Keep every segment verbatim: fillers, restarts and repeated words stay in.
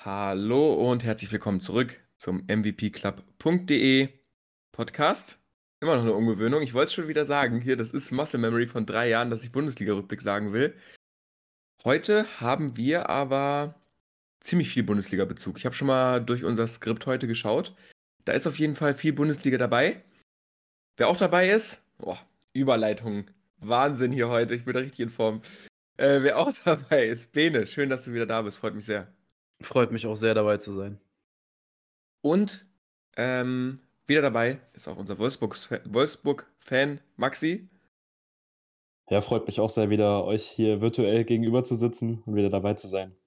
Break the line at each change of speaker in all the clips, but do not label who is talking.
Hallo und herzlich willkommen zurück zum M V P Club Punkt de Podcast. Immer noch eine Ungewöhnung. Ich wollte es schon wieder sagen, hier, das ist Muscle Memory von drei Jahren, dass ich Bundesliga-Rückblick sagen will. Heute haben wir aber ziemlich viel Bundesliga-Bezug. Ich habe schon mal durch unser Skript heute geschaut. Da ist auf jeden Fall viel Bundesliga dabei. Wer auch dabei ist, boah, Überleitung. Wahnsinn hier heute, ich bin da richtig in Form. Äh, wer auch dabei ist, Bene, schön, dass du wieder da bist, freut mich sehr.
Freut mich auch sehr, dabei zu sein.
Und ähm, wieder dabei ist auch unser Wolfsburg- Wolfsburg-Fan Maxi.
Ja, freut mich auch sehr, wieder euch hier virtuell gegenüber zu sitzen und wieder dabei zu sein.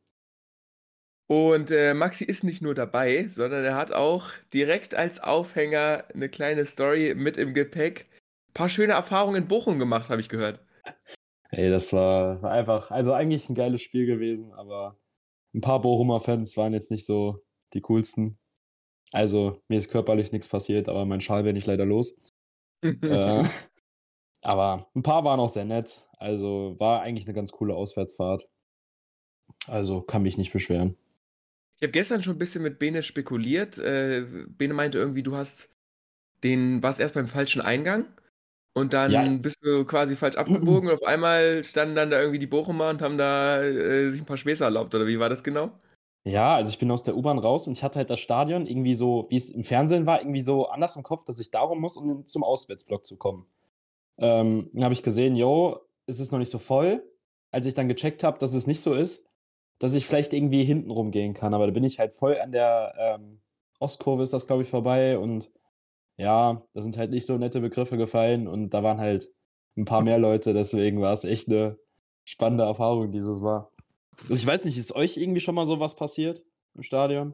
Und äh, Maxi ist nicht nur dabei, sondern er hat auch direkt als Aufhänger eine kleine Story mit im Gepäck. Ein paar schöne Erfahrungen in Bochum gemacht, habe ich gehört.
Ey, das war, war einfach, also eigentlich ein geiles Spiel gewesen, aber ein paar Bochumer Fans waren jetzt nicht so die coolsten. Also mir ist körperlich nichts passiert, aber mein Schal werde ich leider los. äh, aber ein paar waren auch sehr nett. Also war eigentlich eine ganz coole Auswärtsfahrt. Also kann mich nicht beschweren.
Ich habe gestern schon ein bisschen mit Bene spekuliert. Äh, Bene meinte irgendwie, du hast den, warst erst beim falschen Eingang und dann
Ja,
bist du quasi falsch abgebogen und auf einmal standen dann da irgendwie die Bochumer und haben da äh, sich ein paar Späße erlaubt, oder wie war das genau?
Ja, also ich bin aus der U-Bahn raus und ich hatte halt das Stadion irgendwie so, wie es im Fernsehen war, irgendwie so anders im Kopf, dass ich darum muss, um zum Auswärtsblock zu kommen. Ähm, dann habe ich gesehen, jo, es ist noch nicht so voll. Als ich dann gecheckt habe, dass es nicht so ist, dass ich vielleicht irgendwie hinten rumgehen kann. Aber da bin ich halt voll an der ähm, Ostkurve ist das, glaube ich, vorbei. Und ja, da sind halt nicht so nette Begriffe gefallen. Und da waren halt ein paar mehr Leute. Deswegen war es echt eine spannende Erfahrung dieses Mal. Also ich weiß nicht, ist euch irgendwie schon mal sowas passiert im Stadion?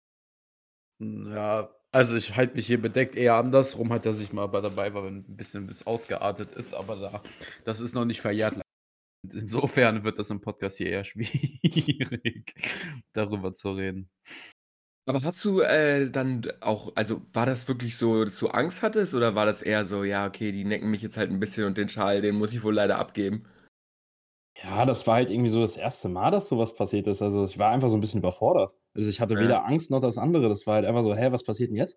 Hm, ja, also ich halte mich hier bedeckt eher andersrum, halt, dass ich mal bei dabei war, wenn ein bisschen was ausgeartet ist, aber da das ist noch nicht verjährt. Insofern wird das im Podcast hier eher schwierig, darüber zu reden.
Aber hast du äh, dann auch, also war das wirklich so, dass du Angst hattest oder war das eher so, ja, okay, die necken mich jetzt halt ein bisschen und den Schal, den muss ich wohl leider abgeben?
Ja, das war halt irgendwie so das erste Mal, dass sowas passiert ist. Also, ich war einfach so 'n bisschen überfordert. Also, ich hatte
Ja,
weder Angst noch das andere. Das war halt einfach so: „Hä, was passiert 'n jetzt?“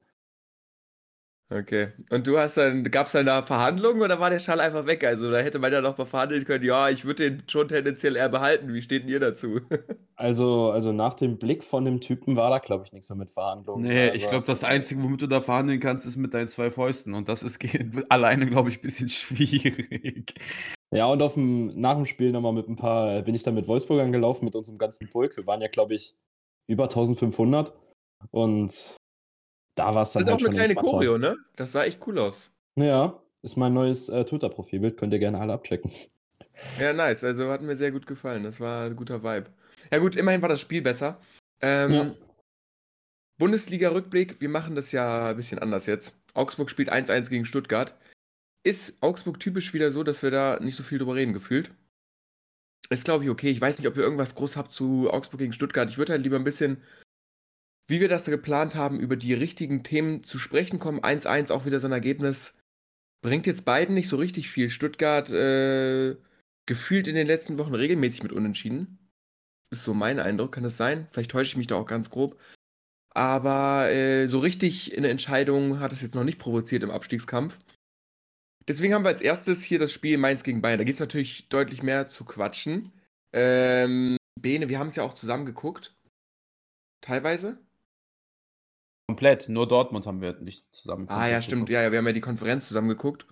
okay. Und du hast dann, gab es dann da Verhandlungen oder war der Schal einfach weg? Also da hätte man ja noch mal verhandeln können, ja, ich würde den schon tendenziell eher behalten. Wie steht denn ihr dazu?
Also also, nach dem Blick von dem Typen war da, glaube ich, nix mehr mit Verhandlungen.
Ne, ich
Also
glaube, das Einzige, womit du da verhandeln kannst, ist mit deinen zwei Fäusten und das ist ge alleine, glaube ich, bisschen schwierig.
ja, und auf'm nach dem Spiel noch mal mit 'n paar bin ich dann mit Wolfsburgern gelaufen mit unserem ganzen Pulk. Wir waren ja, glaube ich, über eintausendfünfhundert und da war's
Das
dann
ist auch
halt
eine
schon
kleine
entspannter.
Choreo, ne? Das sah echt cool aus.
Ja, ist mein neues, äh, Twitter-Profilbild. Könnt ihr gerne alle abchecken.
Ja, nice. Also hat mir sehr gut gefallen. Das war ein guter Vibe. Ja gut, immerhin war das Spiel besser.
Ja.
Ähm, Bundesliga-Rückblick, wir machen das ja ein bisschen anders jetzt. Augsburg spielt eins eins gegen Stuttgart. Ist Augsburg typisch wieder so, dass wir da nicht so viel drüber reden gefühlt? Ist, glaube ich, okay. Ich weiß nicht, ob ihr irgendwas groß habt zu Augsburg gegen Stuttgart. Ich würde halt lieber ein bisschen, wie wir das geplant haben, über die richtigen Themen zu sprechen kommen. eins eins, auch wieder so ein Ergebnis. Bringt jetzt beiden nicht so richtig viel. Stuttgart äh, gefühlt in den letzten Wochen regelmäßig mit Unentschieden. Ist so mein Eindruck, kann das sein? Vielleicht täusche ich mich da auch ganz grob. Aber äh, so richtig eine Entscheidung hat es jetzt noch nicht provoziert im Abstiegskampf. Deswegen haben wir als erstes hier das Spiel Mainz gegen Bayern. Da gibt es natürlich deutlich mehr zu quatschen. Ähm, Bene, wir haben es ja auch zusammen geguckt. Teilweise.
Komplett, nur Dortmund haben wir nicht zusammen
Ah ja,
komplett
stimmt.
geguckt.
Ja, ja, wir haben ja die Konferenz zusammen geguckt.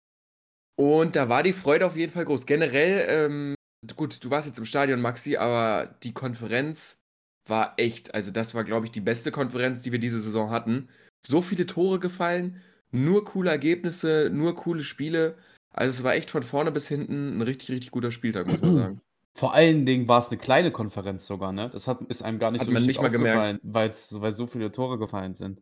Und da war die Freude auf jeden Fall groß. Generell, ähm, gut, du warst jetzt im Stadion, Maxi, aber die Konferenz war echt, also das war, glaube ich, die beste Konferenz, die wir diese Saison hatten. So viele Tore gefallen, nur coole Ergebnisse, nur coole Spiele. Also es war echt von vorne bis hinten ein richtig, richtig guter Spieltag, muss man sagen.
Vor allen Dingen war es 'ne kleine Konferenz sogar, ne? Das hat ist einem gar nicht
Hat
so
man
richtig
nicht mal gemerkt.
aufgefallen, weil's weil so viele Tore gefallen sind.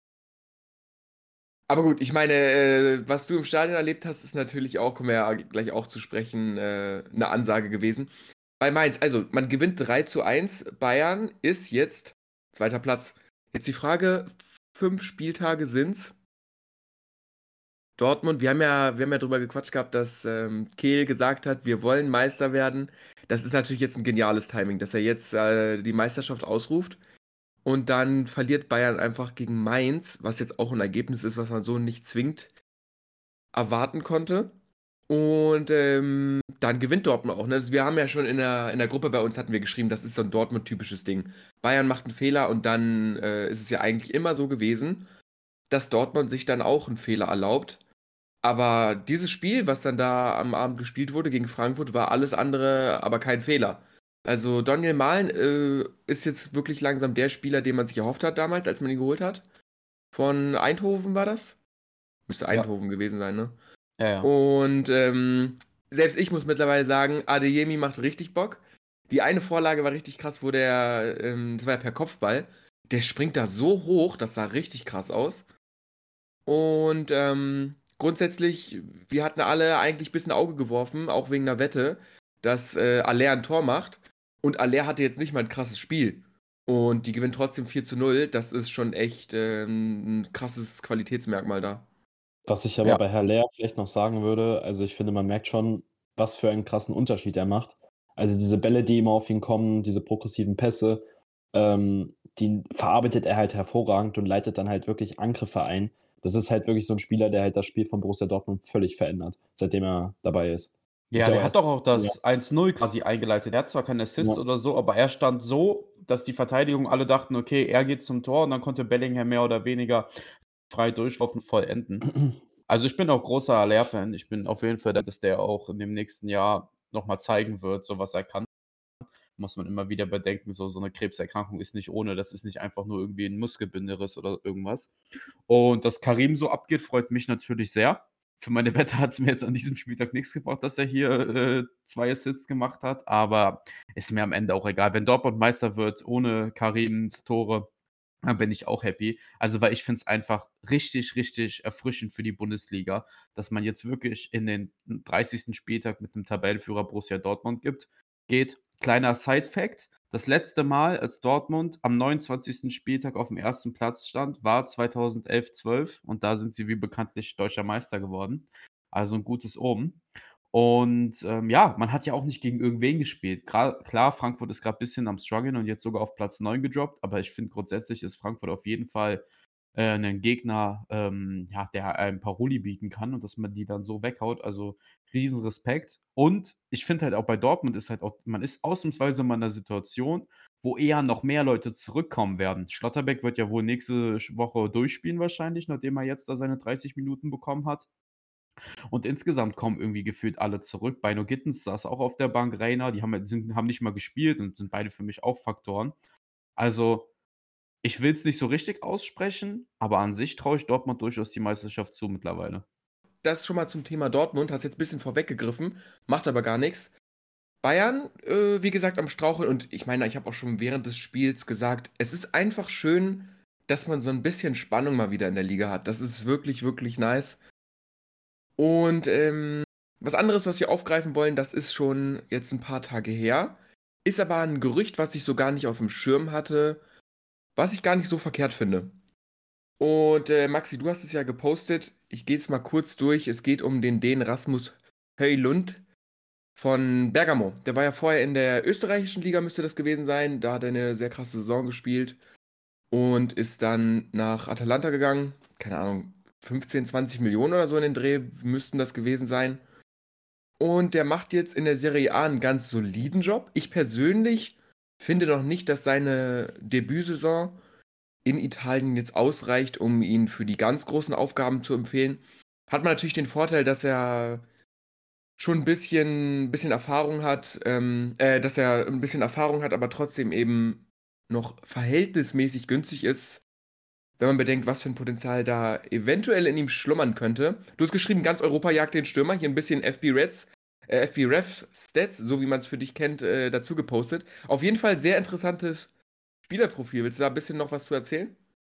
Aber gut, ich meine, äh, was du im Stadion erlebt hast, ist natürlich auch, kommen wir ja gleich auch zu sprechen, äh, 'ne Ansage gewesen. Bei Mainz, also man gewinnt drei zu eins. Bayern ist jetzt zweiter Platz. Jetzt die Frage, fünf Spieltage sind's. Dortmund, wir haben ja, wir haben ja drüber gequatscht gehabt, dass ähm, Kehl gesagt hat, wir wollen Meister werden. Das ist natürlich jetzt ein geniales Timing, dass er jetzt äh, die Meisterschaft ausruft. Und dann verliert Bayern einfach gegen Mainz, was jetzt auch ein Ergebnis ist, was man so nicht zwingend erwarten konnte. Und ähm, dann gewinnt Dortmund auch. Ne? Also wir haben ja schon in der, in der Gruppe bei uns hatten wir geschrieben, das ist so ein Dortmund-typisches Ding. Bayern macht einen Fehler und dann äh, ist es ja eigentlich immer so gewesen, dass Dortmund sich dann auch einen Fehler erlaubt. Aber dieses Spiel, was dann da am Abend gespielt wurde gegen Frankfurt, war alles andere, aber kein Fehler. Also Daniel Mahlen äh, ist jetzt wirklich langsam der Spieler, den man sich erhofft hat damals, als man ihn geholt hat. Von Eindhoven war das? Müsste
Ja,
Eindhoven gewesen sein, ne?
ja, ja.
Und ähm, selbst ich muss mittlerweile sagen, Adeyemi macht richtig Bock. Die eine Vorlage war richtig krass, wo der, ähm, das war ja per Kopfball, der springt da so hoch, das sah richtig krass aus. Und ähm, grundsätzlich, wir hatten alle eigentlich ein bisschen Auge geworfen, auch wegen einer Wette, dass äh, Aller ein Tor macht. Und Aller hatte jetzt nicht mal ein krasses Spiel. Und die gewinnt trotzdem vier zu null. Das ist schon echt ähm, ein krasses Qualitätsmerkmal da.
Was ich aber
Ja.
bei Herr Lehr vielleicht noch sagen würde, also ich finde, man merkt schon, was für einen krassen Unterschied er macht. Also diese Bälle, die immer auf ihn kommen, diese progressiven Pässe, ähm, die verarbeitet er halt hervorragend und leitet dann halt wirklich Angriffe ein. Das ist halt wirklich so ein Spieler, der halt das Spiel von Borussia Dortmund völlig verändert, seitdem er dabei ist. Ist
Ja,
ja auch
der hat doch
erst,
auch
ja,
das eins null quasi eingeleitet. Der hat zwar keinen Assist
ja.
oder so, aber er stand so, dass die Verteidigung alle dachten, okay, er geht zum Tor und dann konnte Bellingham mehr oder weniger frei durchlaufen, vollenden. Also ich bin auch großer Aller-Fan. Ich bin auf jeden Fall, dass der auch in dem nächsten Jahr nochmal zeigen wird, so was er kann. Muss man immer wieder bedenken, so, so eine Krebserkrankung ist nicht ohne, das ist nicht einfach nur irgendwie ein Muskelbinderriss oder irgendwas. Und dass Karim so abgeht, freut mich natürlich sehr. Für meine Wette hat es mir jetzt an diesem Spieltag nichts gebracht, dass er hier äh, zwei Assists gemacht hat, aber ist mir am Ende auch egal. Wenn Dortmund Meister wird ohne Karims Tore, dann bin ich auch happy. Also, weil ich finde es einfach richtig, richtig erfrischend für die Bundesliga, dass man jetzt wirklich in den dreißigsten Spieltag mit dem Tabellenführer Borussia Dortmund gibt geht. Kleiner Side-Fact: Das letzte Mal, als Dortmund am neunundzwanzigsten Spieltag auf dem ersten Platz stand, war zweitausendelf zwölf und da sind sie wie bekanntlich Deutscher Meister geworden. Also ein gutes Omen. Und ähm, ja, man hat ja auch nicht gegen irgendwen gespielt. Gra klar, Frankfurt ist gerade ein bisschen am struggeln und jetzt sogar auf Platz neun gedroppt, aber ich finde grundsätzlich ist Frankfurt auf jeden Fall äh, 'nen Gegner, ähm, ja, der einem Paroli bieten kann und dass man die dann so weghaut. Also, Riesenrespekt. Und ich finde halt auch bei Dortmund ist halt auch man ist ausnahmsweise mal in 'ner Situation, wo eher noch mehr Leute zurückkommen werden. Schlotterbeck wird ja wohl nächste sch Woche durchspielen wahrscheinlich, nachdem er jetzt da seine dreißig Minuten bekommen hat. Und insgesamt kommen irgendwie gefühlt alle zurück. Beino Gittens saß auch auf der Bank, Reina, die haben ja sind haben nicht mal gespielt und sind beide für mich auch Faktoren. Also, ich will es nicht so richtig aussprechen, aber an sich traue ich Dortmund durchaus die Meisterschaft zu mittlerweile.
Das schon mal zum Thema Dortmund, hast jetzt ein bisschen vorweggegriffen, macht aber gar nichts. Bayern, äh, wie gesagt, am Straucheln und ich meine, ich habe auch schon während des Spiels gesagt, es ist einfach schön, dass man so ein bisschen Spannung mal wieder in der Liga hat. Das ist wirklich, wirklich nice. Und ähm, was anderes, was wir aufgreifen wollen, das ist schon jetzt ein paar Tage her, ist aber ein Gerücht, was ich so gar nicht auf dem Schirm hatte, was ich gar nicht so verkehrt finde. Und äh, Maxi, du hast es ja gepostet. Ich gehe es mal kurz durch. Es geht um den Dänen Rasmus Højlund von Bergamo. Der war ja vorher in der österreichischen Liga, müsste das gewesen sein. Da hat er eine sehr krasse Saison gespielt und ist dann nach Atalanta gegangen. Keine Ahnung, fünfzehn, zwanzig Millionen oder so in den Dreh müssten das gewesen sein. Und der macht jetzt in der Serie A einen ganz soliden Job. Ich persönlich finde noch nicht, dass seine Debütsaison in Italien jetzt ausreicht, um ihn für die ganz großen Aufgaben zu empfehlen. Hat man natürlich den Vorteil, dass er schon ein bisschen, bisschen Erfahrung hat, ähm, äh, dass er ein bisschen Erfahrung hat, aber trotzdem eben noch verhältnismäßig günstig ist, wenn man bedenkt, was für ein Potenzial da eventuell in ihm schlummern könnte. Du hast geschrieben, ganz Europa jagt den Stürmer, hier ein bisschen F B Reds, äh, F B Ref Stats, so wie man es für dich kennt, äh, dazu gepostet. Auf jeden Fall sehr interessantes Spielerprofil. Willst du da ein bisschen noch was zu erzählen?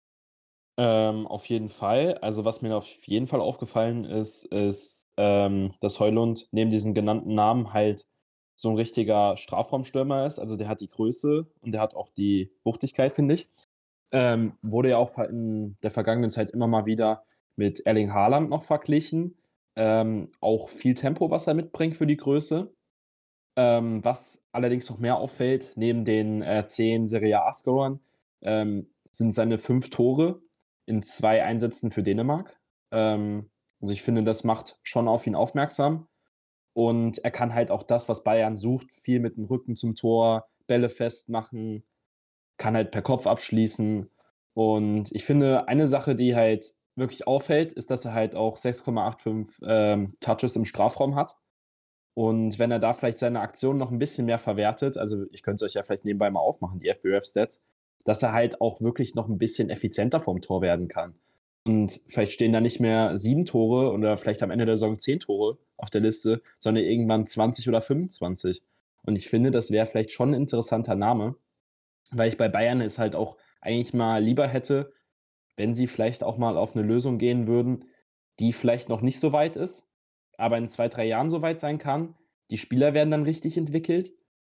Ähm, auf jeden Fall. Also, was mir auf jeden Fall aufgefallen ist, ist, ähm, dass Højlund neben diesen genannten Namen halt so ein richtiger Strafraumstürmer ist. Also, der hat die Größe und der hat auch die Wuchtigkeit, finde ich. Ähm, wurde ja auch in der vergangenen Zeit immer mal wieder mit Erling Haaland noch verglichen. Ähm, auch viel Tempo, was er mitbringt für die Größe. Ähm, was allerdings noch mehr auffällt, neben den äh, zehn Serie A-Scorern, ähm, sind seine fünf Tore in zwei Einsätzen für Dänemark. Ähm, also ich finde, das macht schon auf ihn aufmerksam. Und er kann halt auch das, was Bayern sucht, viel mit dem Rücken zum Tor, Bälle festmachen, kann halt per Kopf abschließen. Und ich finde, eine Sache, die halt wirklich auffällt, ist, dass er halt auch sechs Komma fünfundachtzig ähm, Touches im Strafraum hat. Und wenn er da vielleicht seine Aktion noch ein bisschen mehr verwertet, also ich könnte es euch ja vielleicht nebenbei mal aufmachen, die F B ref-Stats, dass er halt auch wirklich noch ein bisschen effizienter vom Tor werden kann. Und vielleicht stehen da nicht mehr sieben Tore oder vielleicht am Ende der Saison zehn Tore auf der Liste, sondern irgendwann zwanzig oder fünfundzwanzig. Und ich finde, das wäre vielleicht schon ein interessanter Name, weil ich bei Bayern es halt auch eigentlich mal lieber hätte, wenn sie vielleicht auch mal auf eine Lösung gehen würden, die vielleicht noch nicht so weit ist, aber in zwei, drei Jahren so weit sein kann. Die Spieler werden dann richtig entwickelt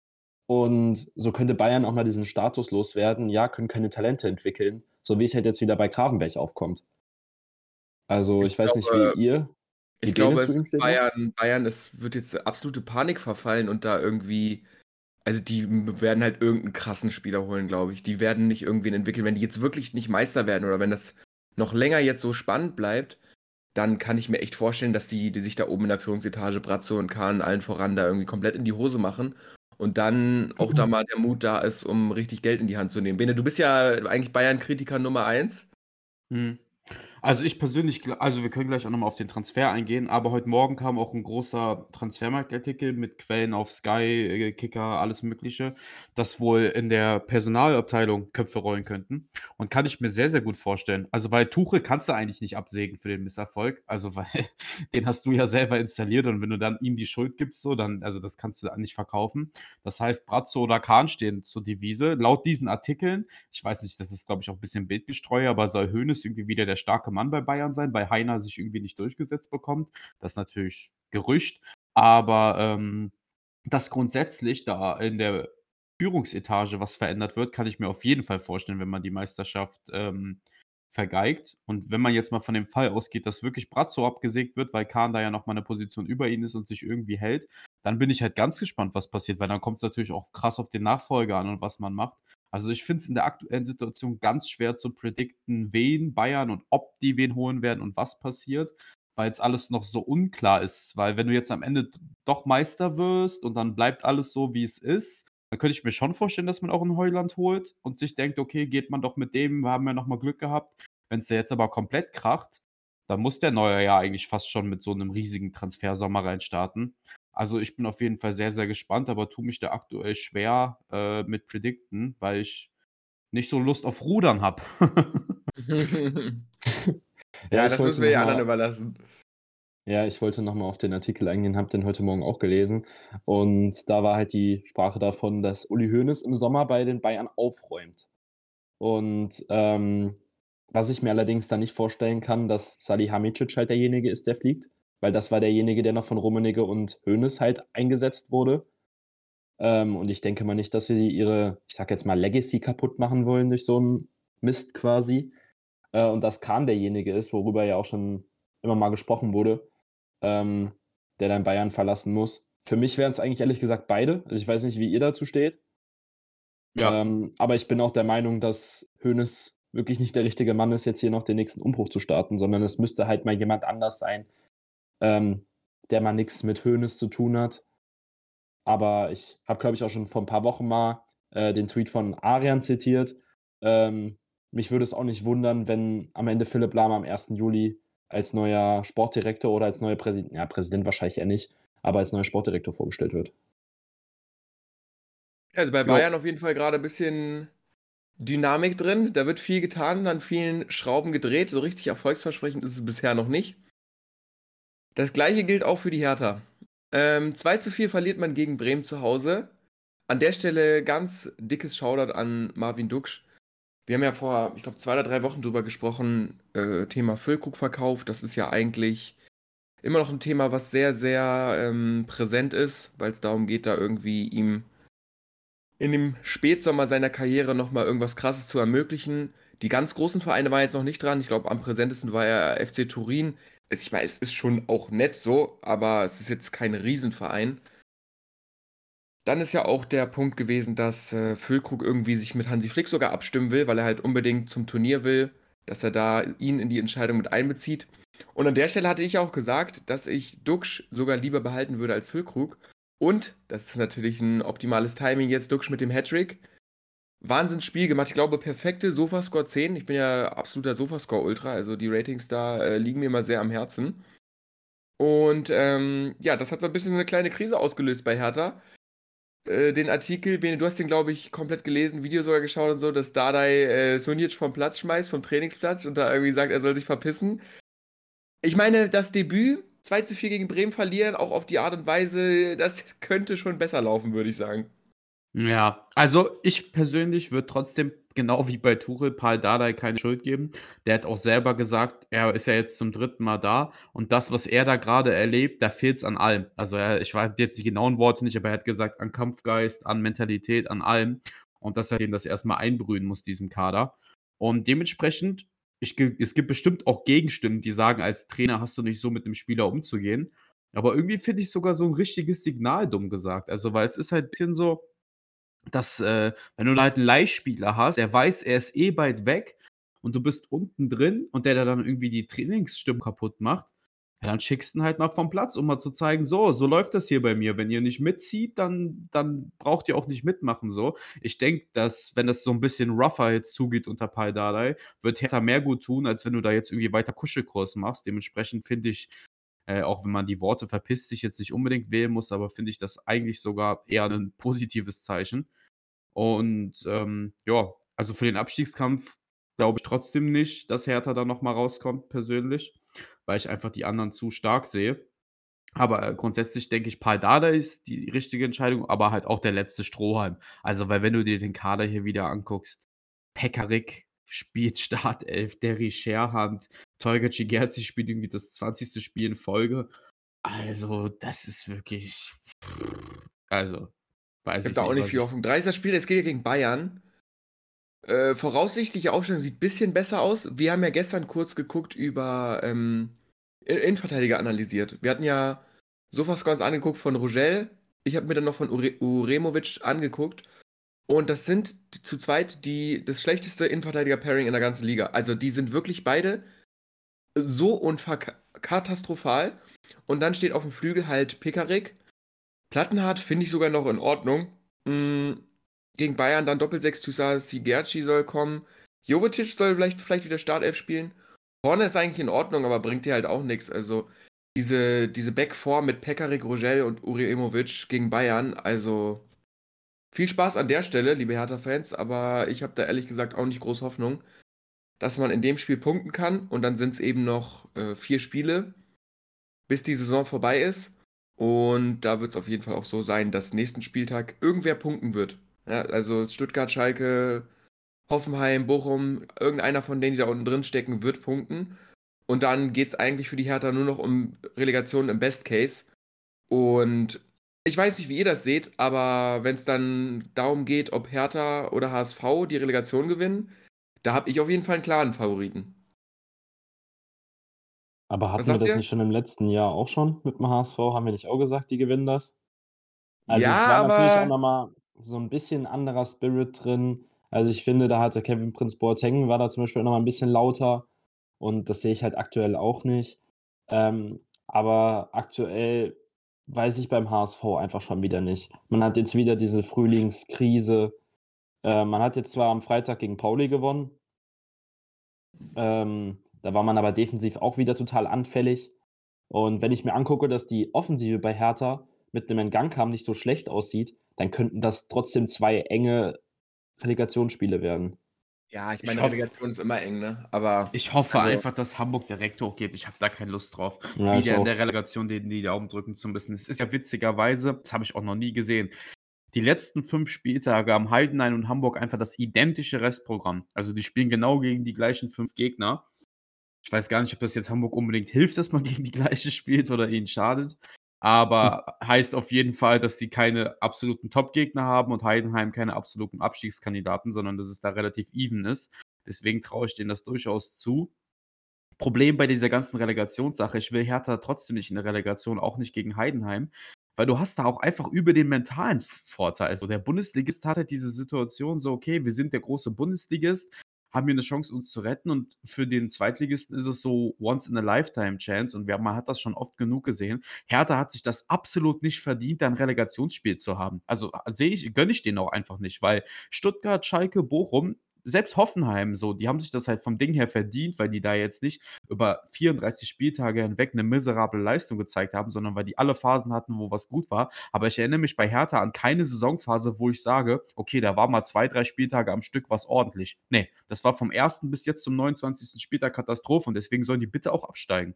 und so könnte Bayern auch mal diesen Status loswerden, ja, können keine Talente entwickeln, so wie es halt jetzt wieder bei Gravenberch aufkommt. Also,
Ich
ich weiß nicht, wie
glaube,
ihr
ich
wie Däne
glaube,
zu ihm
es
steht noch?
Bayern, Bayern, es wird jetzt absolute Panik verfallen und da irgendwie, also die werden halt irgendeinen krassen Spieler holen, glaube ich. Die werden nicht irgendwen entwickeln. Wenn die jetzt wirklich nicht Meister werden oder wenn das noch länger jetzt so spannend bleibt, dann kann ich mir echt vorstellen, dass die, die sich da oben in der Führungsetage, Brazzo und Kahn allen voran, da irgendwie komplett in die Hose machen und dann auch da mal der Mut da ist, um richtig Geld in die Hand zu nehmen. Bene, du bist ja eigentlich Bayern-Kritiker Nummer eins.
Mhm. Also ich persönlich, gl- also wir können gleich auch nochmal auf den Transfer eingehen, aber heute Morgen kam auch ein großer Transfermarktartikel mit Quellen auf Sky, äh, Kicker, alles Mögliche, dass wohl in der Personalabteilung Köpfe rollen könnten. Und kann ich mir sehr, sehr gut vorstellen. Also weil Tuchel kannst du eigentlich nicht absägen für den Misserfolg. Also weil den hast du ja selber installiert und wenn du dann ihm die Schuld gibst, so, dann, also das kannst du dann nicht verkaufen. Das heißt, Brazzo oder Kahn stehen zur Devise. Laut diesen Artikeln, ich weiß nicht, das ist, glaube ich, auch ein bisschen Bildgestreu, aber soll Hoeneß irgendwie wieder der starke Mann bei Bayern sein, weil Heiner sich irgendwie nicht durchgesetzt bekommt. Das ist natürlich Gerücht. Aber ähm, dass grundsätzlich da in der Führungsetage was verändert wird, kann ich mir auf jeden Fall vorstellen, wenn man die Meisterschaft ähm, vergeigt. Und wenn man jetzt mal von dem Fall ausgeht, dass wirklich Brazzo abgesägt wird, weil Kahn da ja nochmal eine Position über ihn ist und sich irgendwie hält, dann bin ich halt ganz gespannt, was passiert, weil dann kommt es natürlich auch krass auf den Nachfolger an und was man macht. Also ich finde es in der aktuellen Situation ganz schwer zu predikten, wen Bayern und ob die wen holen werden und was passiert, weil jetzt alles noch so unklar ist. Weil wenn du jetzt am Ende d- doch Meister wirst und dann bleibt alles so, wie es ist, dann könnte ich mir schon vorstellen, dass man auch ein Heuland holt und sich denkt, okay, geht man doch mit dem, wir haben ja nochmal Glück gehabt. Wenn es der jetzt aber komplett kracht, dann muss der neue ja eigentlich fast schon mit so einem riesigen Transfersommer reinstarten. Also ich bin auf jeden Fall sehr, sehr gespannt, aber tue mich da aktuell schwer äh, mit Predikten, weil ich nicht so Lust auf Rudern habe.
Ja,
Ja,
ich
das
wollte
müssen wir
noch
ja anderen
mal
überlassen.
ja, ich wollte noch mal auf den Artikel eingehen, habe den heute Morgen auch gelesen und da war halt die Sprache davon, dass Uli Hoeneß im Sommer bei den Bayern aufräumt. Und, ähm, was ich mir allerdings dann nicht vorstellen kann, dass Salihamidzic halt derjenige ist, der fliegt, weil das war derjenige, der noch von Rummenigge und Hoeneß halt eingesetzt wurde. Ähm, und ich denke mal nicht, dass sie ihre, ich sage jetzt mal, Legacy kaputt machen wollen durch so 'n Mist quasi. Äh, und dass Kahn derjenige ist, worüber ja auch schon immer mal gesprochen wurde, ähm, der dann Bayern verlassen muss. Für mich wären es eigentlich ehrlich gesagt beide. Also, ich weiß nicht, wie ihr dazu steht.
Ja.
Ähm, aber ich bin auch der Meinung, dass Hoeneß wirklich nicht der richtige Mann ist, jetzt hier noch den nächsten Umbruch zu starten, sondern es müsste halt mal jemand anders sein, ähm, der mal nichts mit Hoeneß zu tun hat. Aber ich habe, glaube ich, auch schon vor ein paar Wochen mal, äh, den Tweet von Arian zitiert. Ähm, mich würde es auch nicht wundern, wenn am Ende Philipp Lahm am ersten Juli als neuer Sportdirektor oder als neuer Präsident, ja, Präsident wahrscheinlich eher nicht, aber als neuer Sportdirektor vorgestellt wird.
Ja, also bei
Jo.
Bayern auf jeden Fall gerade ein bisschen Dynamik drin. Da wird viel getan, an vielen Schrauben gedreht. So richtig erfolgsversprechend ist es bisher noch nicht. Das gleiche gilt auch für die Hertha. Ähm, zwei zu vier verliert man gegen Bremen zu Hause. An der Stelle ganz dickes Shoutout an Marvin Duksch. Wir haben ja vor, ich glaube, zwei oder drei Wochen drüber gesprochen, äh, Thema Füllkrugverkauf. Das ist ja eigentlich immer noch ein Thema, was sehr, sehr ähm, präsent ist, weil es darum geht, da irgendwie ihm in dem Spätsommer seiner Karriere nochmal irgendwas Krasses zu ermöglichen. Die ganz großen Vereine waren jetzt noch nicht dran. Ich glaube, am präsentesten war ja F C Turin. Es- Ich meine, es ist schon auch nett so, aber es ist jetzt kein Riesenverein. Dann ist ja auch der Punkt gewesen, dass äh, Füllkrug irgendwie sich mit Hansi Flick sogar abstimmen will, weil er halt unbedingt zum Turnier will, dass er da ihn in die Entscheidung mit einbezieht. Und an der Stelle hatte ich auch gesagt, dass ich Duxch sogar lieber behalten würde als Füllkrug. Und, das ist natürlich ein optimales Timing jetzt, Duxch mit dem Hattrick. Wahnsinnsspiel gemacht. Ich glaube, perfekte Sofascore zehn. Ich bin ja absoluter Sofascore-Ultra, also die Ratings da äh, liegen mir immer sehr am Herzen. Und ähm, ja, das hat so ein bisschen so eine kleine Krise ausgelöst bei Hertha. Äh, den Artikel, Bene, du hast den, glaube ich, komplett gelesen, Video sogar geschaut und so, dass Dardai äh, Sunic vom Platz schmeißt, vom Trainingsplatz und da irgendwie sagt, er soll sich verpissen. Ich meine, das Debüt, zwei zu vier gegen Bremen verlieren, auch auf die Art und Weise, das könnte schon besser laufen, würde ich sagen.
Ja, also ich persönlich würde trotzdem, genau wie bei Tuchel, Pal Dardai keine Schuld geben. Der hat auch selber gesagt, er ist ja jetzt zum dritten Mal da und das, was er da gerade erlebt, da fehlt es an allem. Also er, ich weiß jetzt die genauen Worte nicht, aber er hat gesagt, an Kampfgeist, an Mentalität, an allem. Und dass er dem das erstmal einbrühen muss, diesem Kader. Und dementsprechend, ich, ge- es gibt bestimmt auch Gegenstimmen, die sagen, als Trainer hast du nicht so mit dem Spieler umzugehen. Aber irgendwie finde ich sogar so ein richtiges Signal, dumm gesagt. Also, weil es ist halt ein bisschen so, dass, äh, wenn du da halt einen Leihspieler hast, der weiß, er ist eh bald weg und du bist unten drin und der da dann irgendwie die Trainingsstimmung kaputt macht, ja, dann schickst du ihn halt mal vom Platz, um mal zu zeigen: „So, so läuft das hier bei mir. Wenn ihr nicht mitzieht, dann dann braucht ihr auch nicht mitmachen“, so. Ich denke, dass, wenn das so ein bisschen rougher jetzt zugeht unter Pal Dardai, wird Hertha mehr gut tun, als wenn du da jetzt irgendwie weiter Kuschelkurs machst. Dementsprechend finde ich, äh, auch wenn man die Worte „verpiss dich“ jetzt nicht unbedingt wählen muss, aber finde ich das eigentlich sogar eher ein positives Zeichen. Und, ähm, ja, also für den Abstiegskampf glaube ich trotzdem nicht, dass Hertha da noch mal rauskommt persönlich, weil ich einfach die anderen zu stark sehe. Aber, äh, grundsätzlich denke ich, Pal Dardai ist die richtige Entscheidung, aber halt auch der letzte Strohhalm. Also, weil wenn du dir den Kader hier wieder anguckst, Pekarik spielt Startelf, Derry Scherhand, Tolga Cigerci spielt irgendwie das zwanzigste Spiel in Folge. Also, das ist wirklich, also, weiß
Ich habe
ich
da auch
nicht,
nicht
was
viel
ich.
Hoffnung. dreißigster Spiel, es geht ja gegen Bayern. Äh, voraussichtliche Aufstellung sieht ein bisschen besser aus. Wir haben ja gestern kurz geguckt über ähm, In- Innenverteidiger analysiert. Wir hatten ja Sofascores angeguckt von Rogel. Ich habe mir dann noch von Ure Uremovic angeguckt. Und das sind die- zu zweit die, das schlechteste Innenverteidiger-Pairing in der ganzen Liga. Also die sind wirklich beide so unkatastrophal. Und dann steht auf dem Flügel halt Pekarik. Plattenhardt finde ich sogar noch in Ordnung. Mm, gegen Bayern dann Doppelsechs Tussar Sigerci soll kommen. Jovetic soll vielleicht, vielleicht wieder Startelf spielen. Horner ist eigentlich in Ordnung, aber bringt dir halt auch nichts. Also diese, diese Back Four mit Pekarik, Rogel und Uri Imovic gegen Bayern. Also viel Spaß an der Stelle, liebe Hertha-Fans, aber ich habe da ehrlich gesagt auch nicht groß Hoffnung, dass man in dem Spiel punkten kann. Und dann sind es eben noch äh, vier Spiele, bis die Saison vorbei ist. Und da wird es auf jeden Fall auch so sein, dass nächsten Spieltag irgendwer punkten wird. Ja, also Stuttgart, Schalke, Hoffenheim, Bochum, irgendeiner von denen, die da unten drin stecken, wird punkten. Und dann geht es eigentlich für die Hertha nur noch um Relegation im Best Case. Und ich weiß nicht, wie ihr das seht, aber wenn es dann darum geht, ob Hertha oder H S V die Relegation gewinnen, da habe ich auf jeden Fall einen klaren Favoriten.
Aber
Was
hatten wir
sagt
das
ihr?
nicht schon im letzten Jahr auch schon mit dem H S V? Haben wir nicht auch gesagt, die gewinnen das? Also, es
Ja,
war natürlich auch
aber
noch mal so 'n bisschen anderer Spirit drin. Also, ich finde, da hatte Kevin Prince Boateng war da zum Beispiel noch mal 'n bisschen lauter und das sehe ich halt aktuell auch nicht. Ähm, aber aktuell weiß ich beim H S V einfach schon wieder nicht. Man hat jetzt wieder diese Frühlingskrise. Äh, man hat jetzt zwar am Freitag gegen Pauli gewonnen, ähm, da war man aber defensiv auch wieder total anfällig. Und wenn ich mir angucke, dass die Offensive bei Hertha mit 'nem Engankamp nicht so schlecht aussieht, dann könnten das trotzdem zwei enge Relegationsspiele werden.
ja, ich
Ich
meine,
hoffe
Relegation ist immer eng, ne? Aber
ich hoffe
also,
einfach, dass Hamburg direkt hochgeht. Ich habe da keine Lust drauf,
Ja, ich
wieder in der
auch.
Relegation denen die Daumen drücken zu müssen. Es ist ja witzigerweise, das habe ich auch noch nie gesehen, die letzten fünf Spieltage haben Heidenheim und Hamburg einfach das identische Restprogramm. Also, die spielen genau gegen die gleichen fünf Gegner. Ich weiß gar nicht, ob das jetzt Hamburg unbedingt hilft, dass man gegen die Gleiche spielt oder ihnen schadet.
Hm.
Aber heißt auf jeden Fall, dass sie keine absoluten Top-Gegner haben und Heidenheim keine absoluten Abstiegskandidaten, sondern dass es da relativ even ist. Deswegen traue ich denen das durchaus zu. Problem bei dieser ganzen Relegationssache, ich will Hertha trotzdem nicht in der Relegation, auch nicht gegen Heidenheim, weil du hast da auch einfach über den mentalen Vorteil. Also, der Bundesligist hat halt diese Situation so: „Okay, wir sind der große Bundesligist, haben hier 'ne Chance, uns zu retten." Und für den Zweitligisten ist es so once in a lifetime chance und wir man hat das schon oft genug gesehen. Hertha hat sich das absolut nicht verdient, da 'n Relegationsspiel zu haben. Also, a sehe ich gönne ich denen auch einfach nicht, weil Stuttgart, Schalke, Bochum, selbst Hoffenheim so, die haben sich das halt vom Ding her verdient, weil die da jetzt nicht über vierunddreißig Spieltage hinweg 'ne miserable Leistung gezeigt haben, sondern weil die alle Phasen hatten, wo was gut war. Aber ich erinnere mich bei Hertha an keine Saisonphase, wo ich sage: „Okay, da war mal zwei, drei Spieltage am Stück was ordentlich." Ne, das war vom ersten bis jetzt zum neunundzwanzigsten Spieltag Katastrophe und deswegen sollen die bitte auch absteigen.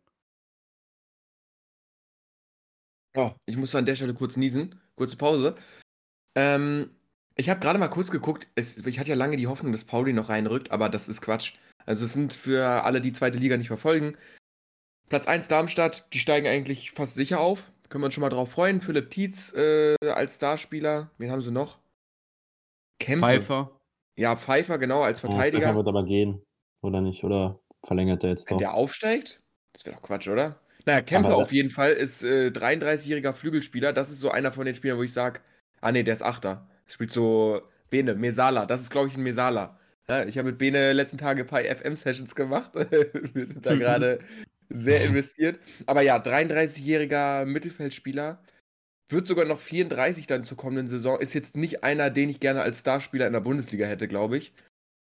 Oh, ich musste an der Stelle kurz niesen. Kurze Pause. Ähm, ich habe gerade mal kurz geguckt. Es, ich hatte ja lange die Hoffnung, dass Pauli noch reinrückt, aber das ist Quatsch. Also es sind für alle, die zweite Liga nicht verfolgen. Platz eins Darmstadt, die steigen eigentlich fast sicher auf. Können wir uns schon mal drauf freuen. Philipp Tietz äh, als Starspieler. Wen haben sie noch? Kempe.
Pfeiffer.
Ja, Pfeiffer, genau, als
Ja, Stefan
Verteidiger.
wird aber gehen, oder nicht? Oder verlängert er jetzt
Wenn
doch?
der aufsteigt? Das wäre doch Quatsch, oder? Naja, Kempe
Aber
auf jeden Fall ist äh, dreiunddreißigjähriger Flügelspieler. Das ist so einer von den Spielern, wo ich sage, ah nee, der ist Achter. Spielt so Bene, Mesala. Das ist, glaube ich, ein Mesala. Ja, ich habe mit Bene letzten Tage ein paar F M-Sessions gemacht. Wir sind da gerade sehr investiert. Aber ja, dreiunddreißigjähriger Mittelfeldspieler. Wird sogar noch vierunddreißig dann zur kommenden Saison. Ist jetzt nicht einer, den ich gerne als Starspieler in der Bundesliga hätte, glaube ich.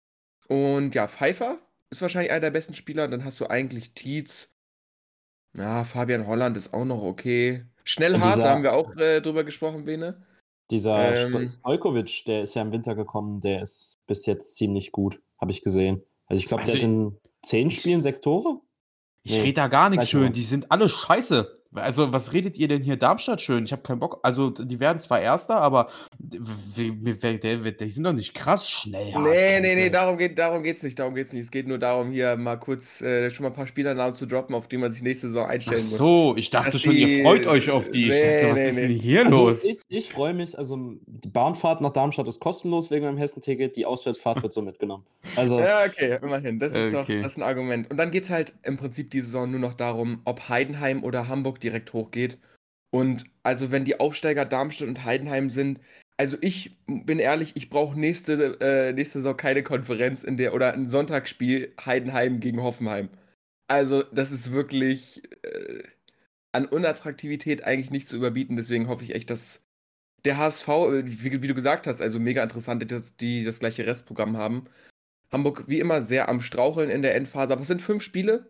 Und ja, Pfeiffer ist wahrscheinlich einer der besten Spieler. Dann hast du eigentlich Tietz. Ja, Fabian Holland ist auch noch okay. Schnellhardt, da haben
dieser,
wir auch äh, drüber gesprochen, Bene.
dieser Sto
Ähm,
Stojkovic, der ist ja im Winter gekommen, der ist bis jetzt ziemlich gut, habe ich gesehen. Also ich glaube,
Also,
der hat in zehn
ich
Spielen sechs Tore?
ich
Nee,
rede da gar nichts
dreizehn
schön,
Tore.
die sind alle scheiße. Also, was redet ihr denn hier Darmstadt schön? Ich habe keinen Bock. Also, die werden zwar Erster, aber d w w w der der die sind doch nicht krass schnell, hart,
nee, nee, nee,
Kempe.
darum geht, darum geht's nicht, darum geht's nicht. Es geht nur darum, hier mal kurz äh, schon mal ein paar Spielernamen zu droppen, auf die man sich nächste Saison
Ach
einstellen muss.
so, ich dachte
Dass
schon, ihr
die.
freut euch auf die. Ich dachte,
Nee,
was
nee,
ist denn
nee.
hier
Also
los?
ich, ich freue mich, also die Bahnfahrt nach Darmstadt ist kostenlos wegen meinem Hessen-Ticket, die Auswärtsfahrt wird so mitgenommen. Also,
Ja, okay, immerhin. Das ist doch,
Okay.
das ist ein Argument. Und dann geht es halt im Prinzip die Saison nur noch darum, ob Heidenheim oder Hamburg direkt hochgeht. Und also wenn die Aufsteiger Darmstadt und Heidenheim sind, also ich bin ehrlich, ich brauche nächste, äh, nächste Saison keine Konferenz in der oder ein Sonntagsspiel Heidenheim gegen Hoffenheim. Also das ist wirklich äh, an Unattraktivität eigentlich nicht zu überbieten. Deswegen hoffe ich echt, dass der H S V, äh, wie, wie du gesagt hast, also mega interessant, dass die das gleiche Restprogramm haben. Hamburg wie immer sehr am Straucheln in der Endphase, aber es sind fünf Spiele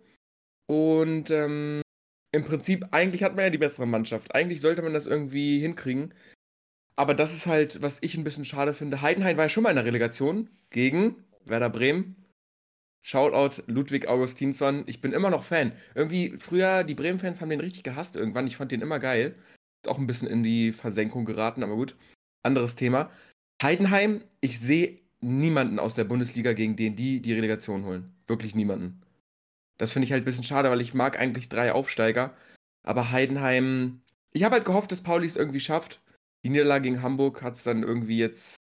und ähm, im Prinzip, eigentlich hat man ja die bessere Mannschaft. Eigentlich sollte man das irgendwie hinkriegen. Aber das ist halt, was ich ein bisschen schade finde. Heidenheim war ja schon mal in der Relegation gegen Werder Bremen. Shoutout Ludwig Augustinsson. Ich bin immer noch Fan. Irgendwie, früher, die Bremen-Fans haben den richtig gehasst irgendwann. Ich fand den immer geil. Ist auch ein bisschen in die Versenkung geraten, aber gut. Anderes Thema. Heidenheim, ich sehe niemanden aus der Bundesliga, gegen den die die Relegation holen. Wirklich niemanden. Das finde ich halt ein bisschen schade, weil ich mag eigentlich drei Aufsteiger. Aber Heidenheim, ich habe halt gehofft, dass Pauli es irgendwie schafft. Die Niederlage gegen Hamburg hat es dann irgendwie jetzt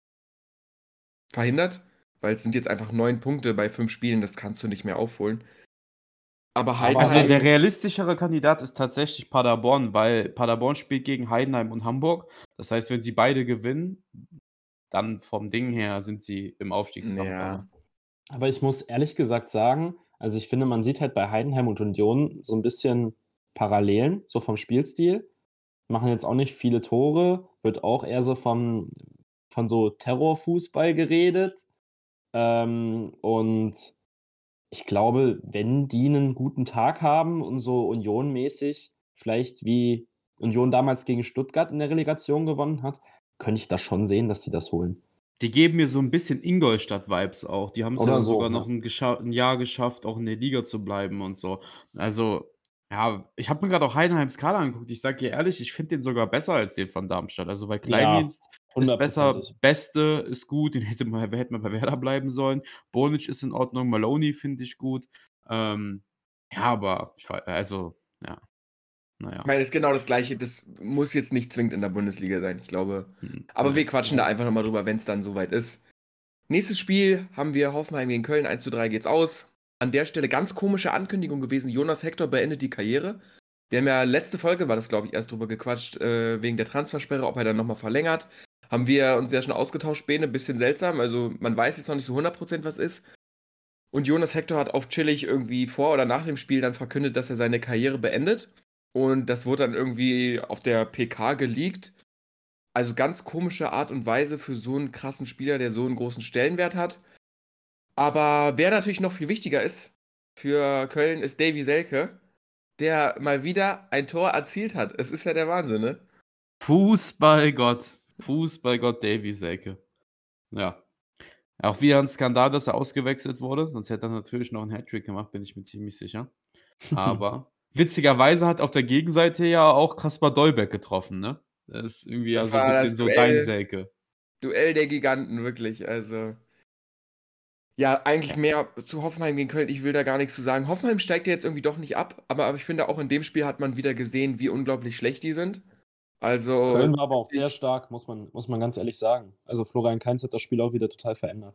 verhindert, weil es sind jetzt einfach neun Punkte bei fünf Spielen, das kannst du nicht mehr aufholen. Aber
Aber
Also,
Heidenheim,
der realistischere Kandidat ist tatsächlich Paderborn, weil Paderborn spielt gegen Heidenheim und Hamburg. Das heißt, wenn sie beide gewinnen, dann vom Ding her sind sie im Aufstiegskampf,
ja,
aber
aber ich muss ehrlich gesagt sagen, also ich finde, man sieht halt bei Heidenheim und Union so ein bisschen Parallelen, so vom Spielstil. Machen jetzt auch nicht viele Tore, wird auch eher so von, von so Terrorfußball geredet. Ähm, und ich glaube, wenn die einen guten Tag haben und so Union-mäßig, vielleicht wie Union damals gegen Stuttgart in der Relegation gewonnen hat, könnte ich das schon sehen, dass sie das holen.
die geben mir so 'n bisschen Ingolstadt-Vibes auch. Die haben's ja
Oder
dann
so,
sogar noch
ja.
'n gescha 'n Jahr geschafft, auch in der Liga zu bleiben und so. Also, ja, ich habe mir grad auch Heidenheims Kader angeguckt. Ich sage dir ehrlich, ich finde den sogar besser als den von Darmstadt. Also, weil
Ja,
Kleindienst ist besser,
hundertprozentig.
Beste ist gut, den hätte man hätte man bei Werder bleiben sollen. Bonic ist in Ordnung, Maloney finde ich gut. Ähm, ja, aber ich wei also, ja, na
ich
ja.
meine, das ist genau das Gleiche. Das muss jetzt nicht zwingend in der Bundesliga sein, ich glaube.
Mhm,
Aber wir
ne.
quatschen da einfach nochmal drüber, wenn es dann soweit ist. Nächstes Spiel haben wir Hoffenheim gegen Köln, eins zu drei geht's aus. An der Stelle ganz komische Ankündigung gewesen, Jonas Hector beendet die Karriere. Wir haben ja letzte Folge, war das glaube ich, erst drüber gequatscht, äh, wegen der Transfersperre, ob er dann nochmal verlängert. Haben wir uns ja schon ausgetauscht, Bene, bisschen seltsam. Also man weiß jetzt noch nicht so hundert Prozent, was ist. Und Jonas Hector hat auf chillig irgendwie vor oder nach dem Spiel dann verkündet, dass er seine Karriere beendet. Und das wurde dann irgendwie auf der P K geleakt. Also ganz komische Art und Weise für so einen krassen Spieler, der so einen großen Stellenwert hat. Aber wer natürlich noch viel wichtiger ist für Köln, ist Davy Selke, der mal wieder ein Tor erzielt hat. Es ist ja der Wahnsinn, ne?
Fußballgott. Fußballgott Davy Selke. Ja. Auch wieder ein Skandal, dass er ausgewechselt wurde. Sonst hätte er natürlich noch einen Hattrick gemacht, bin ich mir ziemlich sicher. Aber witzigerweise hat auf der Gegenseite ja auch Kaspar Dolberg getroffen, ne? Das ist irgendwie ja
Das
so ein
war das
bisschen so dein
Duell,
Selke.
Duell der Giganten, wirklich. Also, ja, eigentlich mehr zu Hoffenheim gegen Köln. Ich will da gar nichts zu sagen. Hoffenheim steigt ja jetzt irgendwie doch nicht ab, aber, aber ich finde, auch in dem Spiel hat man wieder gesehen, wie unglaublich schlecht die sind. Also,
Köln war aber auch
ich,
sehr stark, muss man, muss man ganz ehrlich sagen. Also Florian Kainz hat das Spiel auch wieder total verändert.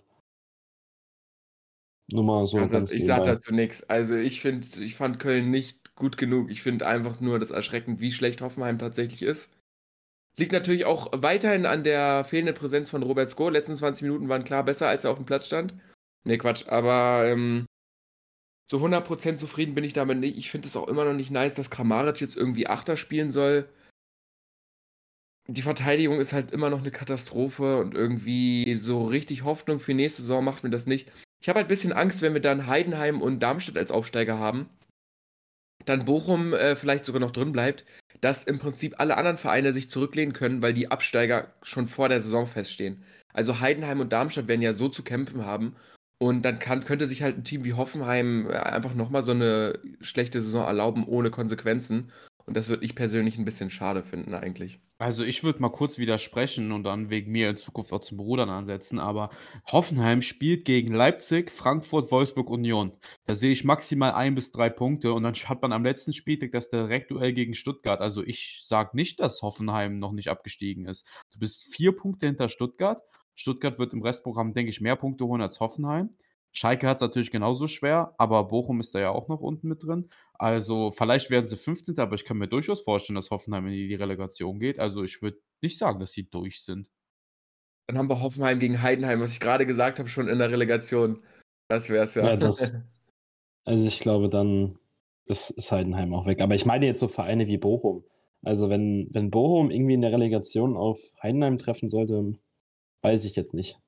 Nur mal so
kann das,
ganz
ich sag
nebenbei.
dazu nichts. Also, ich finde, ich fand Köln nicht gut genug. Ich finde einfach nur das erschreckend, wie schlecht Hoffenheim tatsächlich ist. Liegt natürlich auch weiterhin an der fehlenden Präsenz von Robert Sko. Letzten zwanzig Minuten waren klar besser, als er auf dem Platz stand. Nee, Quatsch, aber ähm, so hundert Prozent zufrieden bin ich damit nicht. Ich finde es auch immer noch nicht nice, dass Kramaric jetzt irgendwie Achter spielen soll. Die Verteidigung ist halt immer noch eine Katastrophe und irgendwie so richtig Hoffnung für nächste Saison macht mir das nicht. Ich habe halt ein bisschen Angst, wenn wir dann Heidenheim und Darmstadt als Aufsteiger haben, dann Bochum äh, vielleicht sogar noch drin bleibt, dass im Prinzip alle anderen Vereine sich zurücklehnen können, weil die Absteiger schon vor der Saison feststehen. Also Heidenheim und Darmstadt werden ja so zu kämpfen haben und dann kann, könnte sich halt ein Team wie Hoffenheim äh, einfach nochmal so eine schlechte Saison erlauben ohne Konsequenzen und das würde ich persönlich ein bisschen schade finden eigentlich.
Also, ich würde mal kurz widersprechen und dann wegen mir in Zukunft auch zum Rudern ansetzen, aber Hoffenheim spielt gegen Leipzig, Frankfurt, Wolfsburg, Union. Da sehe ich maximal ein bis drei Punkte und dann hat man am letzten Spieltag das Direktduell gegen Stuttgart. Also, ich sage nicht, dass Hoffenheim noch nicht abgestiegen ist. Du bist vier Punkte hinter Stuttgart. Stuttgart wird im Restprogramm, denke ich, mehr Punkte holen als Hoffenheim. Schalke hat es natürlich genauso schwer, aber Bochum ist da ja auch noch unten mit drin. Also, vielleicht werden sie fünfzehnter, aber ich kann mir durchaus vorstellen, dass Hoffenheim in die die Relegation geht. Also, ich würde nicht sagen, dass die durch sind.
Dann haben wir Hoffenheim gegen Heidenheim, was ich gerade gesagt habe, schon in der Relegation. Das wär's ja.
Ja, das, also ich glaube, dann ist, ist Heidenheim auch weg. Aber ich meine jetzt so Vereine wie Bochum. Also wenn, wenn Bochum irgendwie in der Relegation auf Heidenheim treffen sollte, weiß ich jetzt nicht.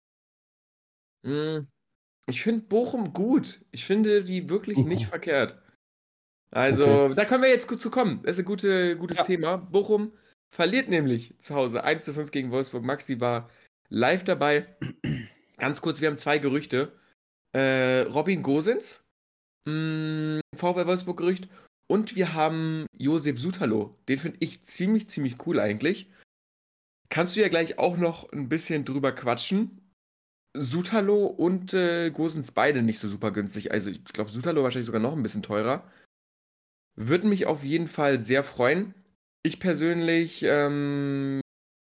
Hm, Ich finde Bochum gut. Ich finde die wirklich nicht verkehrt.
Okay.
Also, da können wir jetzt gut zu kommen. Das ist ein gute, gutes
Ja.
Thema. Bochum verliert nämlich zu Hause eins zu fünf gegen Wolfsburg. Maxi war live dabei. Ganz kurz, wir haben zwei Gerüchte. Äh, Robin Gosens, mh, VfL Wolfsburg-Gerücht. Und wir haben Josep Sutalo. Den finde ich ziemlich, ziemlich cool eigentlich. Kannst du ja gleich auch noch ein bisschen drüber quatschen. Sutalo und äh, Gosens beide nicht so super günstig. Also ich glaube, Sutalo wahrscheinlich sogar noch ein bisschen teurer. Würde mich auf jeden Fall sehr freuen. Ich persönlich ähm,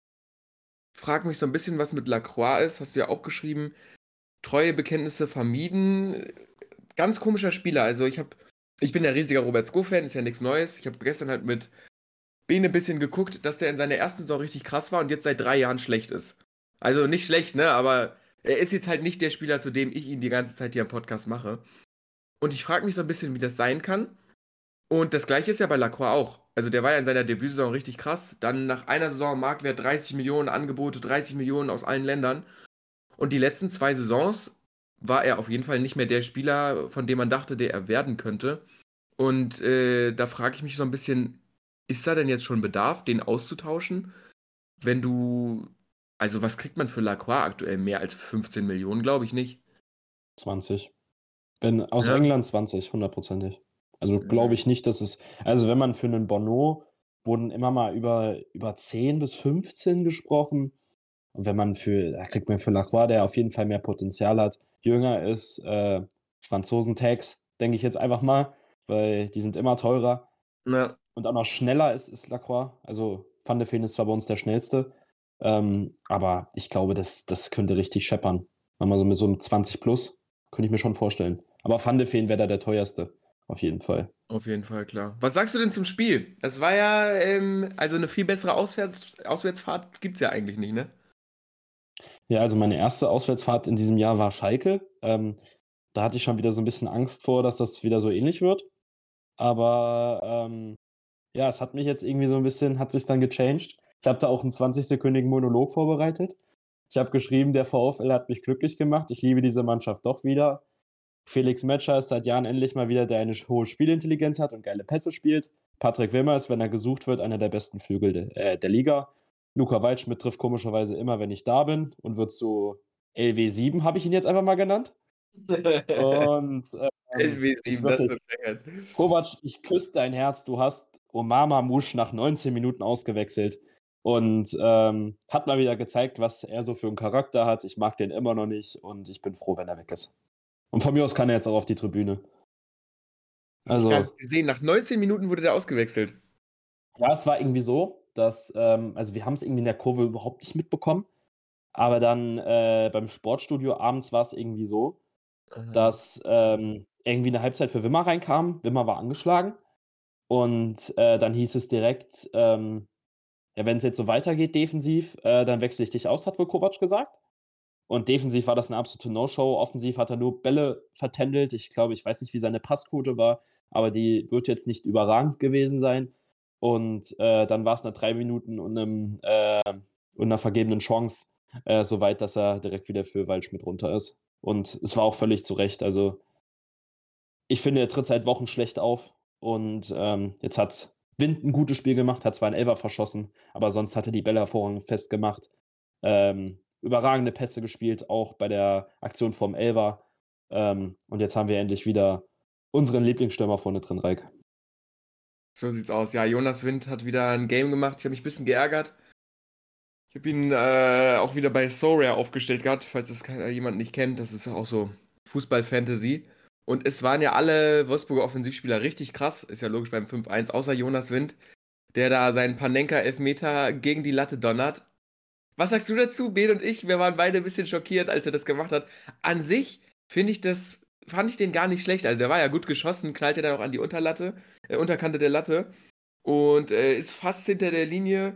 frage mich so ein bisschen, was mit Lacroix ist. Hast du ja auch geschrieben. Treue Bekenntnisse vermieden. Ganz komischer Spieler. Also ich habe, ich bin ja riesiger Robert Sko-Fan, ist ja nichts Neues. Ich habe gestern halt mit Bene ein bisschen geguckt, dass der in seiner ersten Saison richtig krass war und jetzt seit drei Jahren schlecht ist. Also nicht schlecht, ne? Aber er ist jetzt halt nicht der Spieler, zu dem ich ihn die ganze Zeit hier im Podcast mache. Und ich frage mich so ein bisschen, wie das sein kann. Und das gleiche ist ja bei Lacroix auch. Also der war ja in seiner Debütsaison richtig krass. Dann nach einer Saison Marktwert dreißig Millionen, Angebote dreißig Millionen aus allen Ländern. Und die letzten zwei Saisons war er auf jeden Fall nicht mehr der Spieler, von dem man dachte, der er werden könnte. Und äh, da frage ich mich so ein bisschen, ist da denn jetzt schon Bedarf, den auszutauschen? Wenn du, also was kriegt man für Lacroix aktuell? Mehr als fünfzehn Millionen, glaube ich nicht.
zwanzig. Wenn, aus
Ja.
England zwanzig, hundertprozentig. Also glaube ich nicht, dass es. Also wenn man für einen Bono wurden immer mal über, über zehn bis fünfzehn gesprochen. Und wenn man für, da kriegt man für Lacroix, der auf jeden Fall mehr Potenzial hat, jünger ist, äh, Franzosen-Tags, denke ich jetzt einfach mal, weil die sind immer teurer.
Ja.
Und auch noch schneller ist, ist Lacroix. Also Van de Ven ist zwar bei uns der schnellste, ähm, aber ich glaube, das, das könnte richtig scheppern. Mal so mit so einem zwanzig plus, könnte ich mir schon vorstellen. Aber Van de Ven wäre da der teuerste. auf jeden Fall.
Auf jeden Fall, klar. Was sagst du denn zum Spiel? Es war ja, ähm, also eine viel bessere Auswärts Auswärtsfahrt gibt es ja eigentlich nicht, ne?
Ja, also meine erste Auswärtsfahrt in diesem Jahr war Schalke. Ähm, da hatte ich schon wieder so ein bisschen Angst vor, dass das wieder so ähnlich wird. Aber, ähm, ja, es hat mich jetzt irgendwie so ein bisschen hat sich dann gechanged. Ich habe da auch einen zwanzig-sekündigen Monolog vorbereitet. Ich habe geschrieben: „Der VfL hat mich glücklich gemacht. Ich liebe diese Mannschaft doch wieder. Felix Metscher ist seit Jahren endlich mal wieder, der eine hohe Spielintelligenz hat und geile Pässe spielt. Patrick Wimmer ist, wenn er gesucht wird, einer der besten Flügel de äh, der Liga. Luca Waldschmidt trifft komischerweise immer, wenn ich da bin und wird so L W sieben, habe ich ihn jetzt einfach mal genannt. Und, ähm, ich
L W sieben, das ist
wirklich
so Frechheit.
Kovac, ich küsse dein Herz. Du hast Omar Mamouche nach neunzehn Minuten ausgewechselt und, ähm, hat mal wieder gezeigt, was er so für 'n Charakter hat. Ich mag den immer noch nicht und ich bin froh, wenn er weg ist. Und von mir aus kann er jetzt auch auf die Tribüne.
Habe ich gar
Also,
nicht gesehen. Nach neunzehn Minuten wurde der ausgewechselt.
ja, es war irgendwie so, dass, ähm also, wir haben's irgendwie in der Kurve überhaupt nicht mitbekommen, aber dann, äh, beim Sportstudio abends war's irgendwie so,
Aha.
dass, ähm, irgendwie 'ne Halbzeit für Wimmer reinkam. Wimmer war angeschlagen und, äh, dann hieß es direkt, ähm: „Ja, wenn's jetzt so weitergeht defensiv, äh, dann wechsle ich dich aus“, hat wohl Kovac gesagt. Und defensiv war das 'ne absolute No-Show. Offensiv hat er nur Bälle vertändelt. Ich glaube, ich weiß nicht, wie seine Passquote war, aber die wird jetzt nicht überragend gewesen sein. Und, äh, dann war's nach drei Minuten und 'nem, ähm und 'ner vergebenen Chance, äh, so weit, dass er direkt wieder für Waldschmidt runter ist. Und es war auch völlig zu Recht. Also, ich finde, er tritt seit Wochen schlecht auf und, ähm, jetzt hat Wind 'n gutes Spiel gemacht, hat zwar 'n Elfer verschossen, aber sonst hat er die Bälle hervorragend festgemacht. Ähm, überragende Pässe gespielt, auch bei der Aktion vorm Elfer. Ähm, und jetzt haben wir endlich wieder unseren Lieblingsstürmer vorne drin, Raik.
So sieht's aus. Ja, Jonas Wind hat wieder ein Game gemacht. Ich habe mich ein bisschen geärgert. Ich habe ihn äh, auch wieder bei Sorare aufgestellt gehabt, falls es keiner, jemand nicht kennt. Das ist auch so Fußball-Fantasy. Und es waren ja alle Wolfsburger Offensivspieler richtig krass. Ist ja logisch beim fünf eins, außer Jonas Wind, der da seinen Panenka-Elfmeter gegen die Latte donnert. Was sagst du dazu? Ben und ich, wir waren beide ein bisschen schockiert, als er das gemacht hat. An sich finde ich das, fand ich den gar nicht schlecht. Also der war ja gut geschossen, knallt ja dann auch an die Unterlatte, äh, Unterkante der Latte und äh, ist fast hinter der Linie.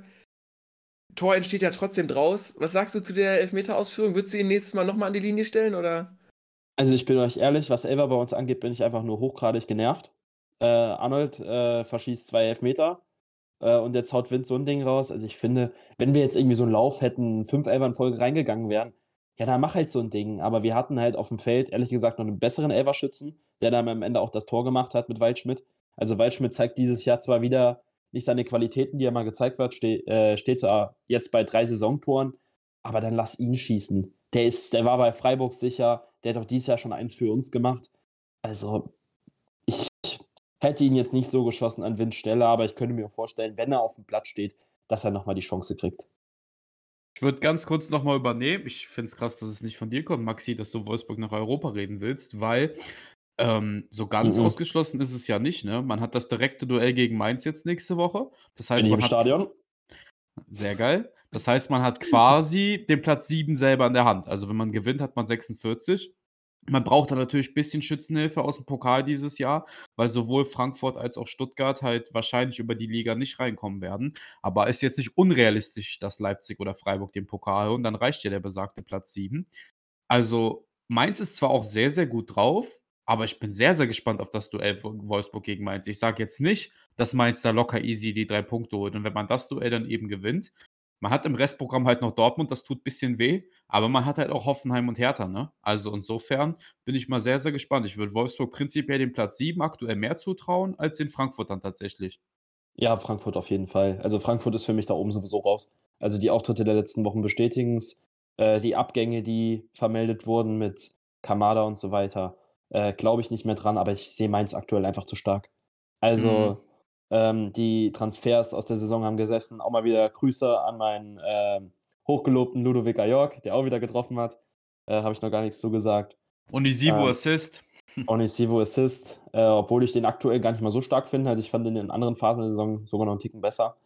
Tor entsteht ja trotzdem draus. Was sagst du zu der Elfmeter-Ausführung? Würdest du ihn nächstes Mal nochmal an die Linie stellen, oder?
Also, ich bin euch ehrlich, was Elfer bei uns angeht, bin ich einfach nur hochgradig genervt. Äh, Arnold, äh, verschießt zwei Elfmeter, äh, und jetzt haut Wind so 'n Ding raus. Also, ich finde, wenn wir jetzt irgendwie so 'n Lauf hätten, fünf Elfer in Folge reingegangen wären, ja, dann mach halt so 'n Ding. Aber wir hatten halt aufm Feld, ehrlich gesagt, noch 'nen besseren Elferschützen, der dann am Ende auch das Tor gemacht hat mit Waldschmidt. Also, Waldschmidt zeigt dieses Jahr zwar wieder nicht seine Qualitäten, die er mal gezeigt hat, ste äh, steht zwar jetzt bei drei Saisontoren, aber dann lass ihn schießen. Der ist der war bei Freiburg sicher, der hat auch dieses Jahr schon eins für uns gemacht. Also, ich hätte ihn jetzt nicht so geschossen an Winds Stelle, aber ich könnte mir vorstellen, wenn er aufm Platz steht, dass er noch mal die Chance kriegt.
Ich würde ganz kurz noch mal übernehmen. Ich finde es krass, dass es nicht von dir kommt, Maxi, dass du Wolfsburg nach Europa reden willst, weil, ähm, so ganz
Mhm.
ausgeschlossen ist es ja nicht, ne? Man hat das direkte Duell gegen Mainz jetzt nächste Woche. Das
Bin
heißt,
ich im
man hat
Stadion?
sehr geil. Das heißt, man hat quasi den Platz sieben selber in der Hand. Also, wenn man gewinnt, hat man sechsundvierzig. Man braucht da natürlich ein bisschen Schützenhilfe aus dem Pokal dieses Jahr, weil sowohl Frankfurt als auch Stuttgart halt wahrscheinlich über die Liga nicht reinkommen werden. Aber ist jetzt nicht unrealistisch, dass Leipzig oder Freiburg den Pokal holen, dann reicht ja der besagte Platz sieben. Also, Mainz ist zwar auch sehr, sehr gut drauf, aber ich bin sehr, sehr gespannt auf das Duell von Wolfsburg gegen Mainz. Ich sage jetzt nicht, dass Mainz da locker easy die drei Punkte holt. Und wenn man das Duell dann eben gewinnt, man hat im Restprogramm halt noch Dortmund, das tut ein bisschen weh, aber man hat halt auch Hoffenheim und Hertha, ne? Also, insofern bin ich mal sehr, sehr gespannt. Ich würde Wolfsburg prinzipiell den Platz sieben aktuell mehr zutrauen als den Frankfurtern tatsächlich.
Ja, Frankfurt auf jeden Fall. Also, Frankfurt ist für mich da oben sowieso raus. Also, die Auftritte der letzten Wochen bestätigen's. Äh, die Abgänge, die vermeldet wurden mit Kamada und so weiter, äh, glaube ich nicht mehr dran, aber ich sehe Mainz aktuell einfach zu stark.
Mhm.
Also, ähm, die Transfers aus der Saison haben gesessen. Auch mal wieder Grüße an meinen, ähm, hochgelobten Ludovic Ajorc, der auch wieder getroffen hat. Äh, habe ich noch gar nichts zu gesagt.
Unisivo
Ähm,
Assist.
Onisivo Assist, äh, obwohl ich den aktuell gar nicht mal so stark finde. Also, ich fand ihn in anderen Phasen der Saison sogar noch 'n Ticken besser.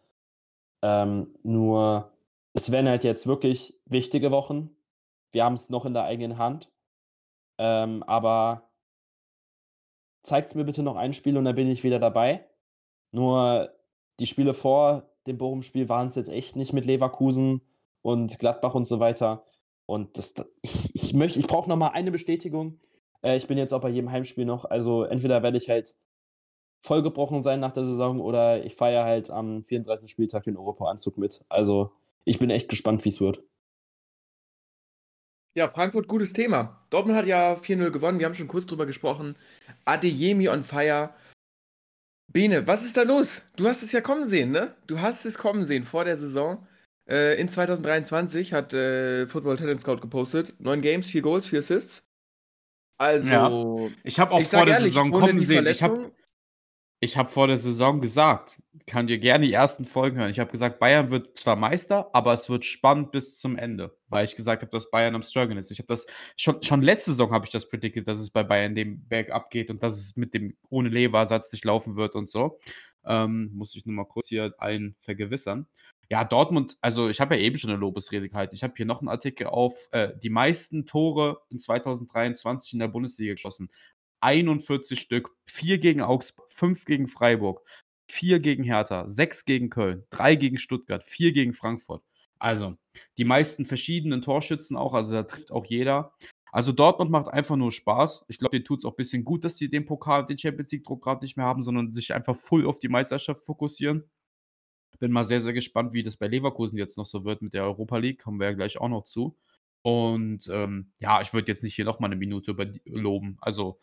Ähm, nur es werden halt jetzt wirklich wichtige Wochen. Wir haben's noch in der eigenen Hand, ähm, aber zeigt's mir bitte noch ein Spiel und dann bin ich wieder dabei. Nur die Spiele vor dem Bochum-Spiel waren es jetzt echt nicht mit Leverkusen und Gladbach und so weiter. Und das, da- ich, ich möchte, ich brauche noch mal eine Bestätigung. Äh, ich bin jetzt auch bei jedem Heimspiel noch. Also entweder werde ich halt vollgebrochen sein nach der Saison oder ich feiere halt am vierunddreißigsten Spieltag den Europa-Anzug mit. Also ich bin echt gespannt, wie es wird.
Ja, Frankfurt, gutes Thema. Dortmund hat ja vier null gewonnen, wir haben schon kurz drüber gesprochen. Adeyemi on fire. Bene, was ist da los? Du hast es ja kommen sehen, ne? Du hast es kommen sehen vor der Saison. Äh, in zwanzig dreiundzwanzig hat äh, Football Talent Scout gepostet. Neun Games, vier Goals, vier Assists.
Ja.
Also,
Ich habe auch
ich
vor
sag
der
ehrlich,
Saison
ohne
kommen
die
sehen. Ich habe
Verletzung,
Ich habe vor der Saison gesagt, kann dir gerne die ersten Folgen hören. Ich habe gesagt, Bayern wird zwar Meister, aber es wird spannend bis zum Ende, weil ich gesagt habe, dass Bayern am Struggeln ist. Ich habe das schon, schon letzte Saison habe ich das predicted, dass es bei Bayern den Berg abgeht und dass es mit dem ohne Leversatz nicht laufen wird und so. Ähm, muss ich nur mal kurz hier einen vergewissern. Ja, Dortmund, also ich habe ja eben schon eine Lobesrede gehalten. Ich habe hier noch einen Artikel auf äh, die meisten Tore in zwanzig dreiundzwanzig in der Bundesliga geschossen. einundvierzig Stück, vier gegen Augsburg, fünf gegen Freiburg, vier gegen Hertha, sechs gegen Köln, drei gegen Stuttgart, vier gegen Frankfurt. Also, die meisten verschiedenen Torschützen auch, also da trifft auch jeder. Also Dortmund macht einfach nur Spaß. Ich glaube, denen tut es auch ein bisschen gut, dass sie den Pokal, den Champions League-Druck gerade nicht mehr haben, sondern sich einfach voll auf die Meisterschaft fokussieren. Bin mal sehr, sehr gespannt, wie das bei Leverkusen jetzt noch so wird mit der Europa League. Kommen wir ja gleich auch noch zu. Und ähm, ja, ich würde jetzt nicht hier nochmal eine Minute über die, loben. Also,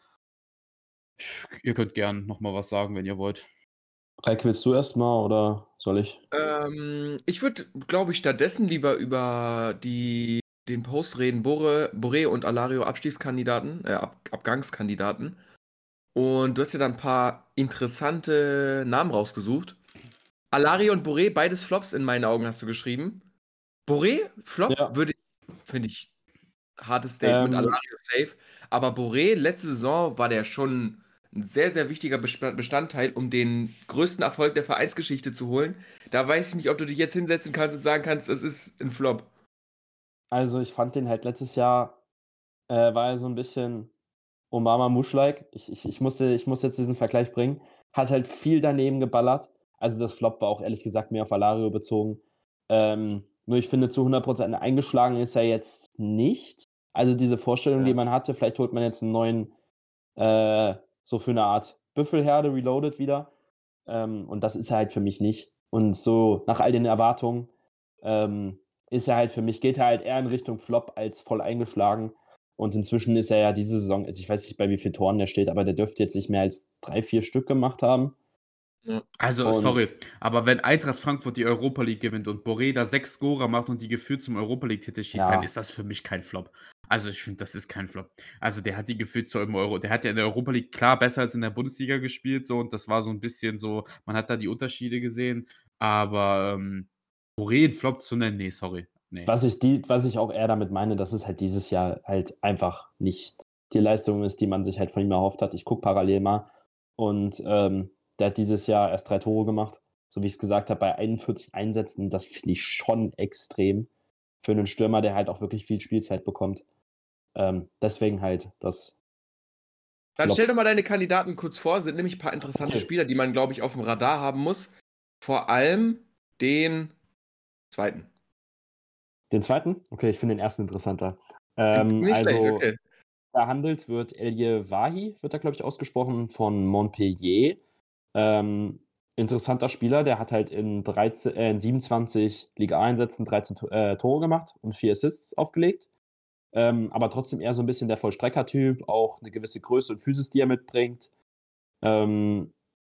ihr könnt gern noch mal was sagen, wenn ihr wollt.
Reik, willst du erst mal oder soll ich?
ähm, ich würde, glaube ich, stattdessen lieber über die, den Post reden, Borre, Boré und Alario Abstiegskandidaten, äh, Ab Abgangskandidaten. Und du hast ja da ein paar interessante Namen rausgesucht. Alario und Boré, beides Flops in meinen Augen, hast du geschrieben. Boré, Flop,
Ja.
würde, finde ich, hartes Statement.
Ähm,
Alario safe. Aber Boré, letzte Saison war der schon ein sehr, sehr wichtiger Besp- Bestandteil, um den größten Erfolg der Vereinsgeschichte zu holen. Da weiß ich nicht, ob du dich jetzt hinsetzen kannst und sagen kannst, es ist ein Flop.
also ich fand den halt letztes Jahr, äh, war er so ein bisschen Omama Muschleik. Ich ich ich musste ich muss jetzt diesen Vergleich bringen. Hat halt viel daneben geballert. Also, das Flop war auch ehrlich gesagt mehr auf Alario bezogen. Ähm, nur ich finde, zu hundert Prozent eingeschlagen ist er jetzt nicht. Also, diese Vorstellung, die
Ja.
man hatte, vielleicht holt man jetzt einen neuen, äh so für eine Art Büffelherde Reloaded wieder. Ähm, und das ist er halt für mich nicht. Und so nach all den Erwartungen, ähm, ist er halt für mich geht er halt eher in Richtung Flop als voll eingeschlagen. Und inzwischen ist er ja diese Saison, also ich weiß nicht, bei wie vielen Toren der steht, aber der dürfte jetzt nicht mehr als drei, vier Stück gemacht haben.
Ja.
Also,
Und
sorry, aber wenn Eintracht Frankfurt die Europa League gewinnt und Boré da sechs Scorer macht und die geführt zum Europa League-Titel schießt, dann
ja,
ist das für mich kein Flop. Also, ich finde, das ist kein Flop. Also, der hat die geführt zu einem Euro. Der hat ja in der Europa League klar besser als in der Bundesliga gespielt, so und das war so ein bisschen so, man hat da die Unterschiede gesehen, aber ähm, Boré 'n Flop zu nennen, nee, sorry. Nee.
was ich die was ich auch eher damit meine, dass es halt dieses Jahr halt einfach nicht die Leistung ist, die man sich halt von ihm erhofft hat. Ich gucke parallel mal und, ähm, der hat dieses Jahr erst drei Tore gemacht. So wie ich's gesagt habe, bei einundvierzig Einsätzen, das finde ich schon extrem für einen Stürmer, der halt auch wirklich viel Spielzeit bekommt. Ähm, deswegen halt das
Dann
Flop.
stell doch mal deine Kandidaten kurz vor, sind nämlich ein paar interessante
Okay.
Spieler, die man, glaube ich, auf dem Radar haben muss. Vor allem den zweiten.
Den zweiten? Okay, ich finde den ersten interessanter. Ähm,
Nicht schlecht,
also
okay.
verhandelt wird Elie Wahi, wird da, glaube ich, ausgesprochen, von Montpellier. Ähm, interessanter Spieler, der hat halt in, dreizehn, äh, in siebenundzwanzig Liga-Einsätzen dreizehn To- äh, Tore gemacht und vier Assists aufgelegt. Ähm, aber trotzdem eher so ein bisschen der Vollstrecker-Typ, auch eine gewisse Größe und Physis, die er mitbringt. Ähm,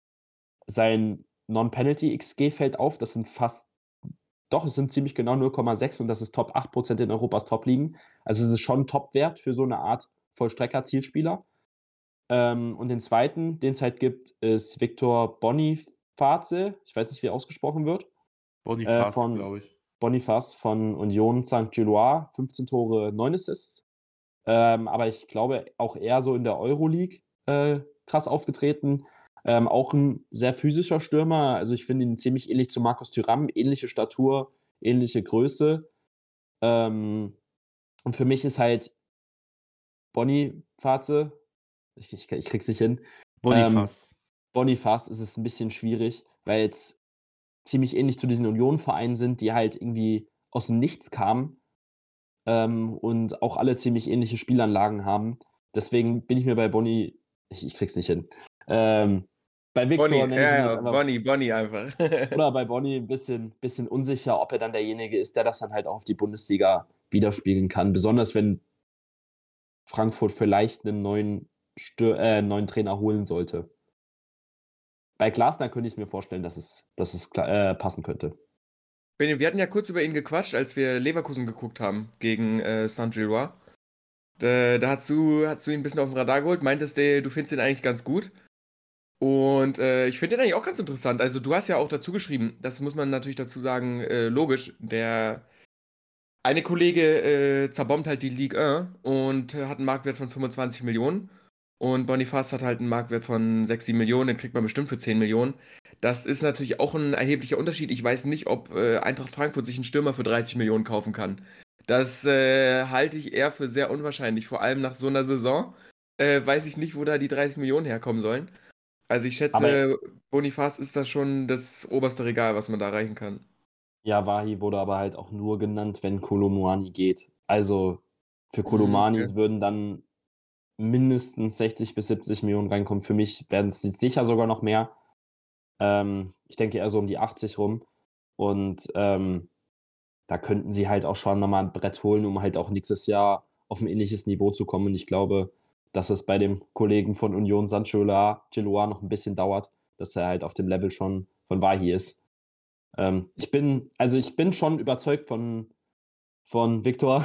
sein Non-Penalty-X G fällt auf, das sind fast, doch, es sind ziemlich genau null Komma sechs und das ist Top acht Prozent in Europas Top-Ligen. Also es ist schon ein Top-Wert für so eine Art Vollstrecker-Zielspieler. Ähm, und den zweiten, den es halt gibt, ist Victor Boniface. Ich weiß nicht, wie er ausgesprochen wird. Äh,
Boniface,
von
glaube ich.
Boniface von Union Saint-Gilloise. fünfzehn Tore, neun Assists. Ähm, aber ich glaube, auch eher so in der Euroleague äh, krass aufgetreten. Ähm, auch ein sehr physischer Stürmer. Also ich finde ihn ziemlich ähnlich zu Markus Thuram. Ähnliche Statur, ähnliche Größe. Ähm, und für mich ist halt Boniface, ich, ich, ich krieg's nicht hin,
Boniface.
Boniface ist es ein bisschen schwierig, weil es ziemlich ähnlich zu diesen Union-Vereinen sind, die halt irgendwie aus dem Nichts kamen, ähm, und auch alle ziemlich ähnliche Spielanlagen haben. Deswegen bin ich mir bei Boni ich ich krieg's nicht hin. Ähm, bei
Bonnie,
Victor nenne ich
ja,
ihn jetzt
ja,
einfach
Bonnie, Bonnie einfach.
oder bei Boni ein bisschen bisschen unsicher, ob er dann derjenige ist, der das dann halt auch auf die Bundesliga widerspiegeln kann. Besonders wenn Frankfurt vielleicht einen neuen Stür äh, neuen Trainer holen sollte. Bei Glasner könnte ich's mir vorstellen, dass es dass es kla äh, passen könnte.
Benny, wir hatten ja kurz über ihn gequatscht, als wir Leverkusen geguckt haben gegen äh, Saint-Gilloise. Da, da hast du, hast du ihn ein bisschen auf den Radar geholt, meintest, ey, du findest ihn eigentlich ganz gut. Und äh, ich finde den eigentlich auch ganz interessant. Also du hast ja auch dazu geschrieben, das muss man natürlich dazu sagen, äh, logisch, der eine Kollege äh, zerbombt halt die Ligue eins und äh, hat einen Marktwert von fünfundzwanzig Millionen. Und Boniface hat halt einen Marktwert von sechs, sieben Millionen, den kriegt man bestimmt für zehn Millionen. Das ist natürlich auch ein erheblicher Unterschied. Ich weiß nicht, ob äh, Eintracht Frankfurt sich einen Stürmer für dreißig Millionen kaufen kann. Das äh, halte ich eher für sehr unwahrscheinlich. Vor allem nach so einer Saison äh, weiß ich nicht, wo da die dreißig Millionen herkommen sollen. Also ich
Aber
schätze, Boniface ist da schon das oberste Regal, was man da erreichen kann.
ja, Wahi wurde aber halt auch nur genannt, wenn Kolo Muani geht. Also, für Kolo
Mhm,
Muani
okay.
würden dann mindestens sechzig bis siebzig Millionen reinkommen. Für mich werden es sicher sogar noch mehr. Ähm, ich denke eher so um die achtzig rum. Und, ähm, da könnten sie halt auch schon noch mal 'n Brett holen, um halt auch nächstes Jahr auf 'n ähnliches Niveau zu kommen. Und ich glaube, dass es bei dem Kollegen von Union Saint-Gilloise Gilloise noch 'n bisschen dauert, dass er halt auf dem Level schon von Wahi ist. Ähm, ich bin also, ich bin schon überzeugt von von Victor,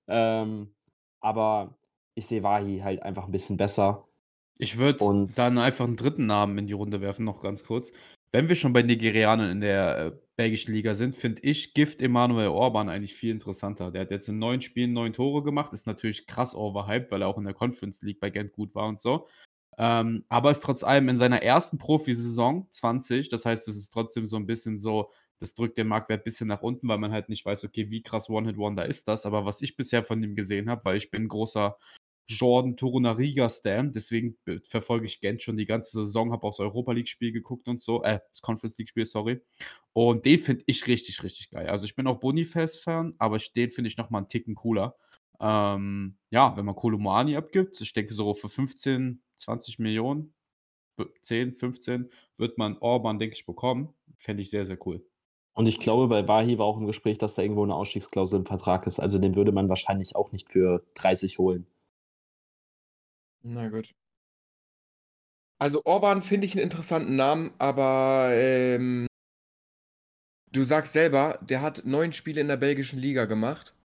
ähm, aber ich sehe Wahi halt einfach 'n bisschen besser
Ich würde
und
dann einfach einen dritten Namen in die Runde werfen, noch ganz kurz. Wenn wir schon bei Nigerianern in der, äh, belgischen Liga sind, finde ich Gift Emmanuel Orban eigentlich viel interessanter. Der hat jetzt in neun Spielen neun Tore gemacht, ist natürlich krass overhyped, weil er auch in der Conference League bei Gent gut war und so. Ähm, aber ist trotz allem in seiner ersten Profisaison zwanzig, das heißt, es ist trotzdem so ein bisschen so, das drückt den Marktwert ein bisschen nach unten, weil man halt nicht weiß, okay, wie krass One-Hit-Wonder ist das? Aber was ich bisher von ihm gesehen habe, weil ich bin 'n großer Jordan Torunariga-Stan, deswegen b verfolge ich Gent schon die ganze Saison, habe auch das Europa-League-Spiel geguckt und so, äh, das Conference-League-Spiel, sorry. Und den finde ich richtig, richtig geil. Also, ich bin auch Boniface-Fan, aber ich den finde ich noch mal 'n Ticken cooler. Ähm, ja, wenn man Kolo Muani abgibt, ich denke so für fünfzehn, zwanzig Millionen, b zehn, fünfzehn wird man Orban, denke ich, bekommen. Fände ich sehr, sehr cool.
und ich glaube, bei Wahi war auch im Gespräch, dass da irgendwo 'ne Ausstiegsklausel im Vertrag ist. Also, den würde man wahrscheinlich auch nicht für dreißig holen.
Na gut. Also Orban finde ich einen interessanten Namen, aber ähm, du sagst selber, der hat neun Spiele in der belgischen Liga gemacht.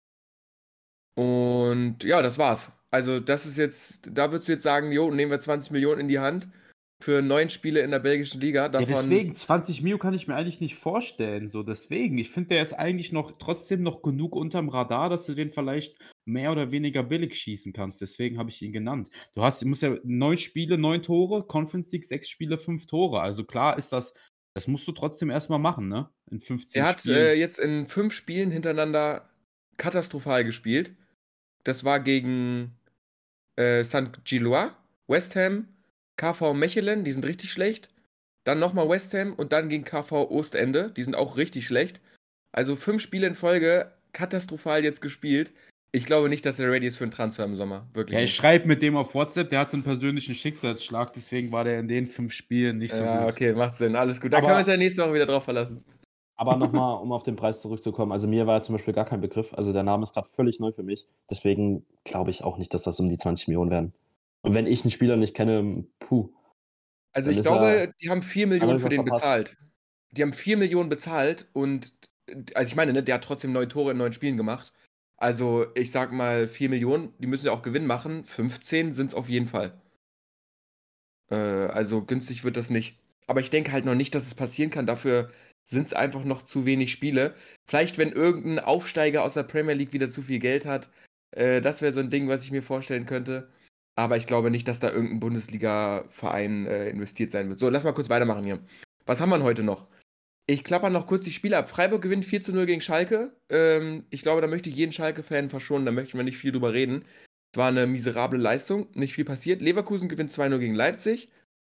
Und ja, das war's. Also, das ist jetzt, da würdest du jetzt sagen, jo, nehmen wir zwanzig Millionen in die Hand für neun Spiele in der belgischen Liga.
Ja,
Davon,
deswegen, zwanzig Mio kann ich mir eigentlich nicht vorstellen, so deswegen. Ich finde, der ist eigentlich noch trotzdem noch genug unterm Radar, dass du den vielleicht mehr oder weniger billig schießen kannst. Deswegen habe ich ihn genannt. Du hast du musst ja neun Spiele, neun Tore, Conference League sechs Spiele, fünf Tore. Also klar ist das das musst du trotzdem erst mal machen, ne? In fünfzehn
er hat äh,
Spielen.
jetzt in fünf Spielen hintereinander katastrophal gespielt. Das war gegen äh, Sankt Gilloise, West Ham, K V Mechelen, die sind richtig schlecht. Dann nochmal West Ham und dann gegen K V Ostende, die sind auch richtig schlecht. Also fünf Spiele in Folge, katastrophal jetzt gespielt. Ich glaube nicht, dass er ready ist für einen Transfer im Sommer. Wirklich
Ja, ich
nicht.
schreibe mit dem auf WhatsApp, der hatte 'n persönlichen Schicksalsschlag, deswegen war der in den fünf Spielen nicht so
Ja,
gut.
okay, macht Sinn. Alles gut. Da können wir uns
Aber
ja nächste Woche wieder drauf verlassen.
aber noch mal, um auf den Preis zurückzukommen, also, mir war er zum Beispiel gar kein Begriff. Also, der Name ist grad völlig neu für mich. Deswegen glaube ich auch nicht, dass das um die zwanzig Millionen werden. Und wenn ich 'n Spieler nicht kenne, puh,
Also
dann
ich
ist er
glaube, die haben vier
dann habe
Millionen
ich
für
was
den
verpasst.
bezahlt. Die haben vier Millionen bezahlt und, also ich meine, ne, der hat trotzdem neun Tore in neun Spielen gemacht. Also ich sag mal vier Millionen, die müssen ja auch Gewinn machen. fünfzehn sind es auf jeden Fall. Äh, also günstig wird das nicht. Aber ich denke halt noch nicht, dass es passieren kann. Dafür sind es einfach noch zu wenig Spiele. Vielleicht, wenn irgendein Aufsteiger aus der Premier League wieder zu viel Geld hat, äh, das wäre so ein Ding, was ich mir vorstellen könnte. Aber ich glaube nicht, dass da irgendein Bundesliga-Verein äh, investiert sein wird. So, lass mal kurz weitermachen hier. Was haben wir denn heute noch? Ich klapper noch kurz die Spiele ab. Freiburg gewinnt vier zu null gegen Schalke. Ähm, ich glaube, da möchte ich jeden Schalke-Fan verschonen. Da möchten wir nicht viel drüber reden. Es war eine miserable Leistung, nicht viel passiert. Leverkusen gewinnt zwei null gegen Leipzig.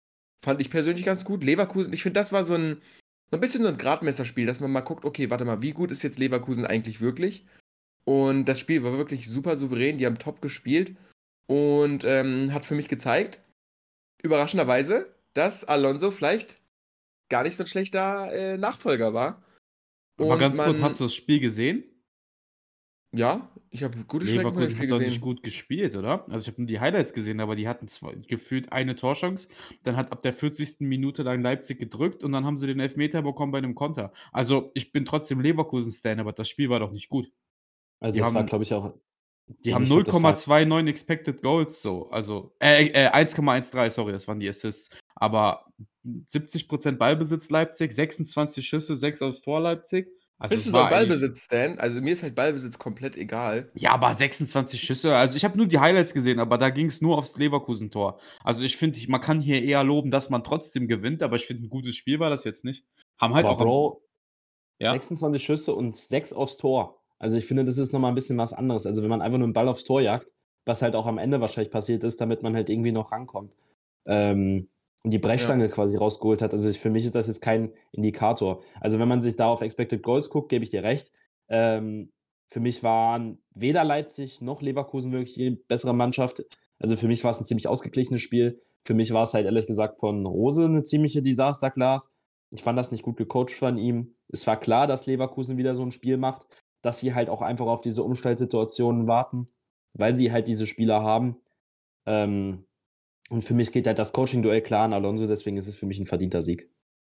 Fand ich persönlich ganz gut. Leverkusen, ich finde, das war so ein, so ein bisschen so ein Gradmesserspiel, dass man mal guckt, okay, warte mal, wie gut ist jetzt Leverkusen eigentlich wirklich? Und das Spiel war wirklich super souverän, die haben top gespielt und ähm, hat für mich gezeigt, überraschenderweise, dass Alonso vielleicht gar nicht so ein schlechter äh, Nachfolger war.
Aber
Und
ganz kurz, hast
man,
du das Spiel gesehen?
ja, ich habe gute Strecken von dem
Leverkusen
Spiel
hat doch nicht
gesehen.
gut gespielt, oder? Also ich habe nur die Highlights gesehen, aber die hatten zwei, gefühlt eine Torchance. Dann hat ab der vierzigsten Minute dann Leipzig gedrückt und dann haben sie den Elfmeter bekommen bei einem Konter. Also ich bin trotzdem Leverkusen-Stan, aber das Spiel war doch nicht gut.
Also
Die
das war,
haben,
glaube ich, auch,
die haben
ich glaube, das war,
null Komma neunundzwanzig Expected Goals so. Also äh, äh, eins Komma dreizehn, sorry, das waren die Assists. Aber siebzig Prozent Ballbesitz Leipzig, sechsundzwanzig Schüsse, sechs aufs Tor Leipzig. Also
Bist du
es
so ein
war eigentlich.
Ballbesitz-Stan? Also mir ist halt Ballbesitz komplett egal.
Ja, aber sechsundzwanzig Schüsse, also ich habe nur die Highlights gesehen, aber da ging es nur aufs Leverkusen-Tor. Also ich finde, man kann hier eher loben, dass man trotzdem gewinnt, aber ich finde, ein gutes Spiel war das jetzt nicht. Haben halt
aber
auch am.
Bro,
Ja?
sechsundzwanzig Schüsse und sechs aufs Tor. Also ich finde, das ist nochmal ein bisschen was anderes. Also wenn man einfach nur einen Ball aufs Tor jagt, was halt auch am Ende wahrscheinlich passiert ist, damit man halt irgendwie noch rankommt. Ähm, und die Brechstange quasi rausgeholt hat. Also ich, für mich ist das jetzt kein Indikator. Also wenn man sich da auf Expected Goals guckt, gebe ich dir recht. Ähm, für mich waren weder Leipzig noch Leverkusen wirklich die bessere Mannschaft. Also für mich war es ein ziemlich ausgeglichenes Spiel. Für mich war es halt ehrlich gesagt von Rose eine ziemliche Desaster-Class. Ich fand das nicht gut gecoacht von ihm. Es war klar, dass Leverkusen wieder so ein Spiel macht, dass sie halt auch einfach auf diese Umstellsituationen warten, weil sie halt diese Spieler haben. Ähm, und für mich geht halt das Coaching-Duell klar an Alonso, deswegen ist es für mich ein verdienter Sieg.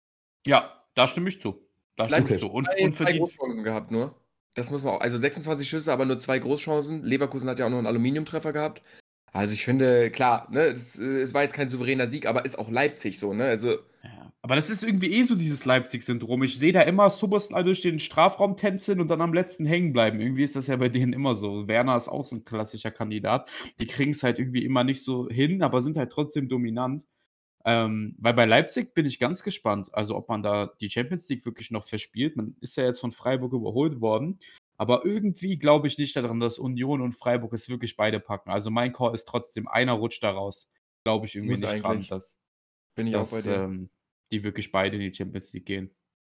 Ja, da stimme ich zu. Da stimme ich
Leipzig
zu. Und,
zwei,
und
zwei
verdient.
Großchancen gehabt nur. Das muss man auch. Also sechsundzwanzig Schüsse, aber nur zwei Großchancen. Leverkusen hat ja auch noch einen Aluminiumtreffer gehabt. Also ich finde, klar, ne, es, äh, es war jetzt kein souveräner Sieg, aber ist auch Leipzig so, ne? Also,
Ja. Aber das ist irgendwie eh so dieses Leipzig-Syndrom. Ich sehe da immer Szoboszlai durch den Strafraum tänzeln und dann am letzten hängen bleiben. Irgendwie ist das ja bei denen immer so. Werner ist auch so ein klassischer Kandidat. Die kriegen es halt irgendwie immer nicht so hin, aber sind halt trotzdem dominant. Ähm, weil bei Leipzig bin ich ganz gespannt, also ob man da die Champions League wirklich noch verspielt. Man ist ja jetzt von Freiburg überholt worden, aber irgendwie glaube ich nicht daran, dass Union und Freiburg es wirklich beide packen. Also mein Call ist trotzdem, einer rutscht da raus. Glaube ich irgendwie
muss
nicht dran,
eigentlich.
dass,
Bin ich auch bei
dass
dir.
ähm, die wirklich beide in die Champions League gehen.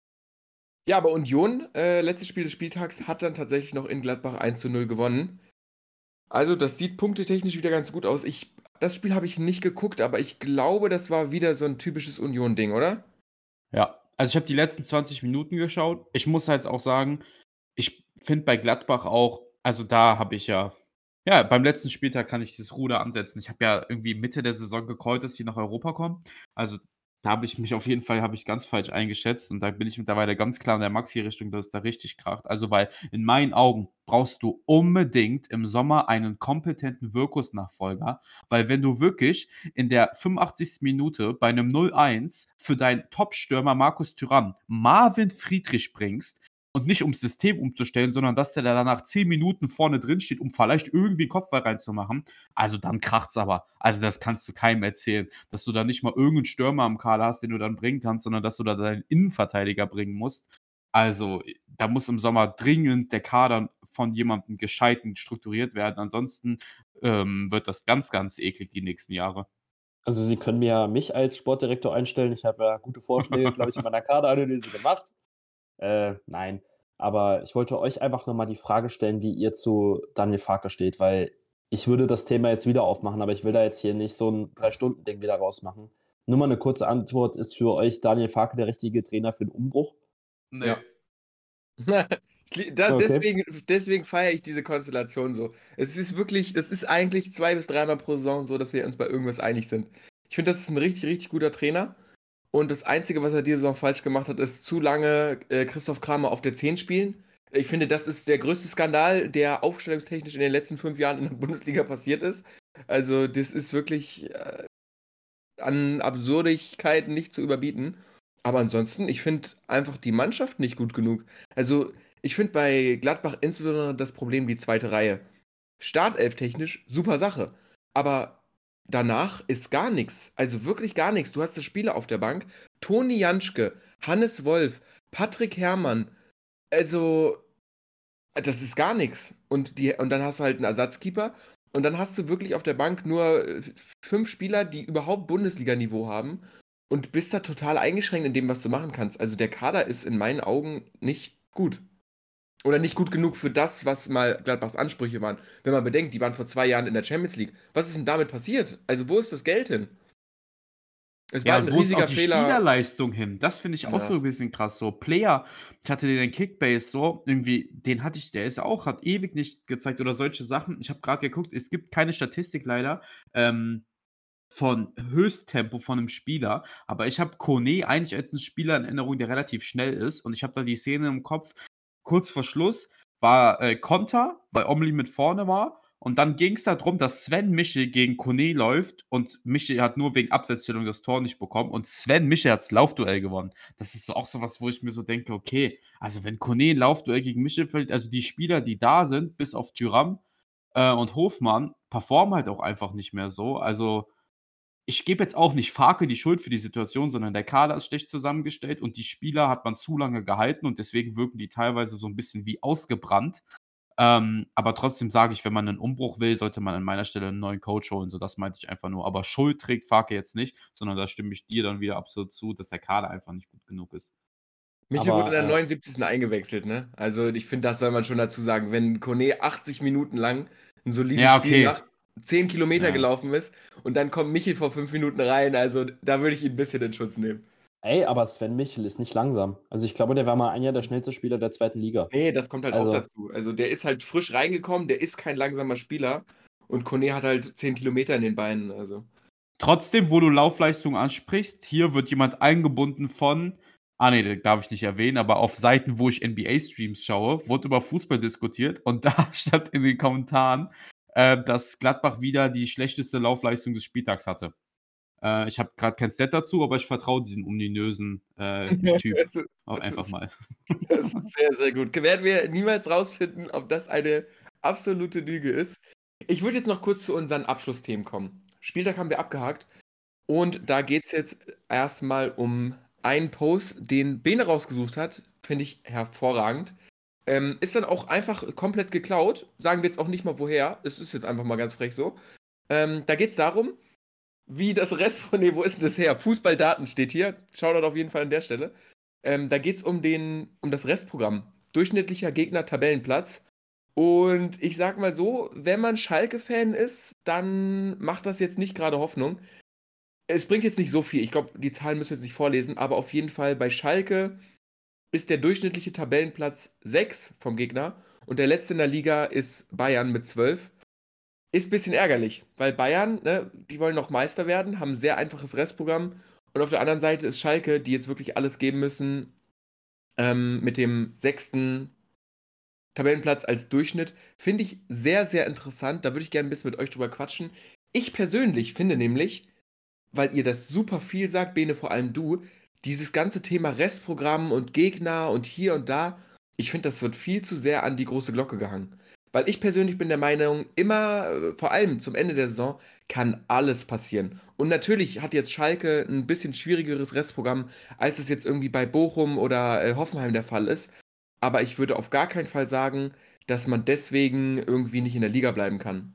Ja, aber Union, äh, letztes Spiel des Spieltags, hat dann tatsächlich noch in Gladbach eins zu null gewonnen. Also, das sieht punktetechnisch wieder ganz gut aus. Ich, das Spiel habe ich nicht geguckt, aber ich glaube, das war wieder so ein typisches Union-Ding, oder?
Ja, also ich habe die letzten zwanzig Minuten geschaut. Ich muss halt auch sagen, ich finde bei Gladbach auch, also da habe ich ja, ja, beim letzten Spieltag kann ich das Ruder ansetzen. Ich habe ja irgendwie Mitte der Saison gecallt, dass die nach Europa kommen. Also da habe ich mich auf jeden Fall, habe ich ganz falsch eingeschätzt und da bin ich mittlerweile ganz klar in der Maxi-Richtung, dass es da richtig kracht. Also weil in meinen Augen brauchst du unbedingt im Sommer einen kompetenten Wirkus-Nachfolger, weil wenn du wirklich in der fünfundachtzigsten Minute bei einem null eins für deinen Top-Stürmer Markus Thuram Marvin Friedrich bringst und nicht ums System umzustellen, sondern dass der da nach zehn Minuten vorne drin steht, um vielleicht irgendwie einen Kopfball reinzumachen, also dann kracht's aber. Also das kannst du keinem erzählen, dass du da nicht mal irgendeinen Stürmer am Kader hast, den du dann bringen kannst, sondern dass du da deinen Innenverteidiger bringen musst. Also da muss im Sommer dringend der Kader von jemandem Gescheiten strukturiert werden. Ansonsten ähm, wird das ganz, ganz eklig die nächsten Jahre.
Also Sie können mir mich als Sportdirektor einstellen. Ich habe ja gute Vorschläge, glaube ich, in meiner Kaderanalyse gemacht. Äh, nein. Aber ich wollte euch einfach nur mal die Frage stellen, wie ihr zu Daniel Farke steht, weil ich würde das Thema jetzt wieder aufmachen, aber ich will da jetzt hier nicht so ein Drei-Stunden-Ding wieder rausmachen. Nur mal eine kurze Antwort: Ist für euch Daniel Farke der richtige Trainer für den Umbruch?
Nee.
Ja. Ich lie- da,
Okay.
deswegen deswegen feiere ich diese Konstellation so. Es ist wirklich, das ist eigentlich zwei bis dreimal pro Saison so, dass wir uns bei irgendwas einig sind. Ich finde, das ist ein richtig, richtig guter Trainer. Und das Einzige, was er diese Saison falsch gemacht hat, ist zu lange äh, Christoph Kramer auf der zehn spielen. Ich finde, das ist der größte Skandal, der aufstellungstechnisch in den letzten fünf Jahren in der Bundesliga passiert ist. Also, das ist wirklich äh, an Absurdigkeiten nicht zu überbieten. Aber ansonsten, ich finde einfach die Mannschaft nicht gut genug. Also, ich finde bei Gladbach insbesondere das Problem die zweite Reihe. Startelf-technisch super Sache. Aber danach ist gar nichts. Also wirklich gar nichts. Du hast das Spieler auf der Bank. Toni Janschke, Hannes Wolf, Patrick Herrmann. Also, das ist gar nichts. Und, die, und dann hast du halt einen Ersatzkeeper. Und dann hast du wirklich auf der Bank nur äh, fünf Spieler, die überhaupt Bundesliga-Niveau haben. und bist da total eingeschränkt in dem, was du machen kannst. Also der Kader ist in meinen Augen nicht gut. Oder nicht gut genug für das, was mal Gladbachs Ansprüche waren. Wenn man bedenkt, die waren vor zwei Jahren in der Champions League. Was ist denn damit passiert? Also wo ist das Geld hin? Es war
Ja,
ein
und wo ist auch
riesiger
die
Fehler.
Spielerleistung hin? Das finde ich auch
Ja.
so ein bisschen krass. So, Player, ich hatte den in Kickbase so, irgendwie, den hatte ich, der ist auch, hat ewig nichts gezeigt oder solche Sachen. Ich habe gerade geguckt, es gibt keine Statistik leider, ähm, von Höchsttempo von einem Spieler, aber ich habe Kone eigentlich als einen Spieler in Erinnerung, der relativ schnell ist und ich habe da die Szene im Kopf, kurz vor Schluss war, äh, Konter, weil Omli mit vorne war und dann ging es darum, dass Sven Michel gegen Kone läuft und Michel hat nur wegen Abseitsstellung das Tor nicht bekommen und Sven Michel hat's Laufduell gewonnen. Das ist so auch so was, wo ich mir so denke: „Okay, also wenn Kone 'n Laufduell gegen Michel verliert, also die Spieler, die da sind, bis auf Thuram, äh, und Hofmann, performen halt auch einfach nicht mehr so. Also, ich gebe jetzt auch nicht Farke die Schuld für die Situation, sondern der Kader ist schlecht zusammengestellt und die Spieler hat man zu lange gehalten und deswegen wirken die teilweise so 'n bisschen wie ausgebrannt. Ähm, aber trotzdem sage ich, wenn man 'nen Umbruch will, sollte man an meiner Stelle 'n neuen Coach holen. So, das meinte ich einfach nur. Aber Schuld trägt Farke jetzt nicht, sondern da stimme ich dir dann wieder absolut zu, dass der Kader einfach nicht gut genug ist.
Michel wurde in der
Aber äh,
neunundsiebzigsten eingewechselt, ne? Also ich finde, das soll man schon dazu sagen. Wenn Kone achtzig Minuten lang ein solides
Ja,
Spiel
okay.
macht, zehn Kilometer
Ja.
gelaufen ist und dann kommt Michel vor fünf Minuten rein, also da würde ich ihn ein bisschen in Schutz nehmen.
ey, aber Sven Michel ist nicht langsam. Also ich glaube, der war mal ein Jahr der schnellste Spieler der zweiten Liga.
Nee, das kommt halt auch
Also,
dazu. Also der ist halt frisch reingekommen, der ist kein langsamer Spieler und Kone hat halt zehn Kilometer in den Beinen, also.
Trotzdem, wo du Laufleistung ansprichst, hier wird jemand eingebunden von ah ne, den darf ich nicht erwähnen, aber auf Seiten, wo ich N B A-Streams schaue, wurde über Fußball diskutiert und da stand in den Kommentaren, äh, dass Gladbach wieder die schlechteste Laufleistung des Spieltags hatte. Äh, ich habe gerade kein Stat dazu, aber ich vertraue diesem ominösen, äh, Typ auch einfach
Das
mal.
das ist sehr, sehr gut. Werden wir niemals rausfinden, ob das eine absolute Lüge ist. Ich würde jetzt noch kurz zu unseren Abschlussthemen kommen. Spieltag haben wir abgehakt und da geht es jetzt erstmal um einen Post, den Bene rausgesucht hat. Finde ich hervorragend. Ähm, ist dann auch einfach komplett geklaut. Sagen wir jetzt auch nicht mal woher. Es ist jetzt einfach mal ganz frech so. Ähm, da geht es darum, wie das Rest von, nee, wo ist denn das her? Fußballdaten steht hier. Shoutout auf jeden Fall an der Stelle. Ähm, da geht es um den, um das Restprogramm. Durchschnittlicher Gegner, Tabellenplatz. Und ich sag mal so, wenn man Schalke-Fan ist, dann macht das jetzt nicht gerade Hoffnung. Es bringt jetzt nicht so viel. Ich glaube, die Zahlen müssen wir jetzt nicht vorlesen, aber auf jeden Fall bei Schalke ist der durchschnittliche Tabellenplatz sechs vom Gegner und der letzte in der Liga ist Bayern mit zwölf. Ist ein bisschen ärgerlich, weil Bayern, ne, die wollen noch Meister werden, haben ein sehr einfaches Restprogramm. Und auf der anderen Seite ist Schalke, die jetzt wirklich alles geben müssen, ähm, mit dem sechsten Tabellenplatz als Durchschnitt. Finde ich sehr, sehr interessant. Da würde ich gerne ein bisschen mit euch drüber quatschen. Ich persönlich finde nämlich, weil ihr das super viel sagt, Bene, vor allem du, dieses ganze Thema Restprogramm und Gegner und hier und da, ich finde, das wird viel zu sehr an die große Glocke gehangen. Weil ich persönlich bin der Meinung, immer, äh, vor allem zum Ende der Saison, kann alles passieren. Und natürlich hat jetzt Schalke ein bisschen schwierigeres Restprogramm, als es jetzt irgendwie bei Bochum oder äh, Hoffenheim der Fall ist. Aber ich würde auf gar keinen Fall sagen, dass man deswegen irgendwie nicht in der Liga bleiben kann.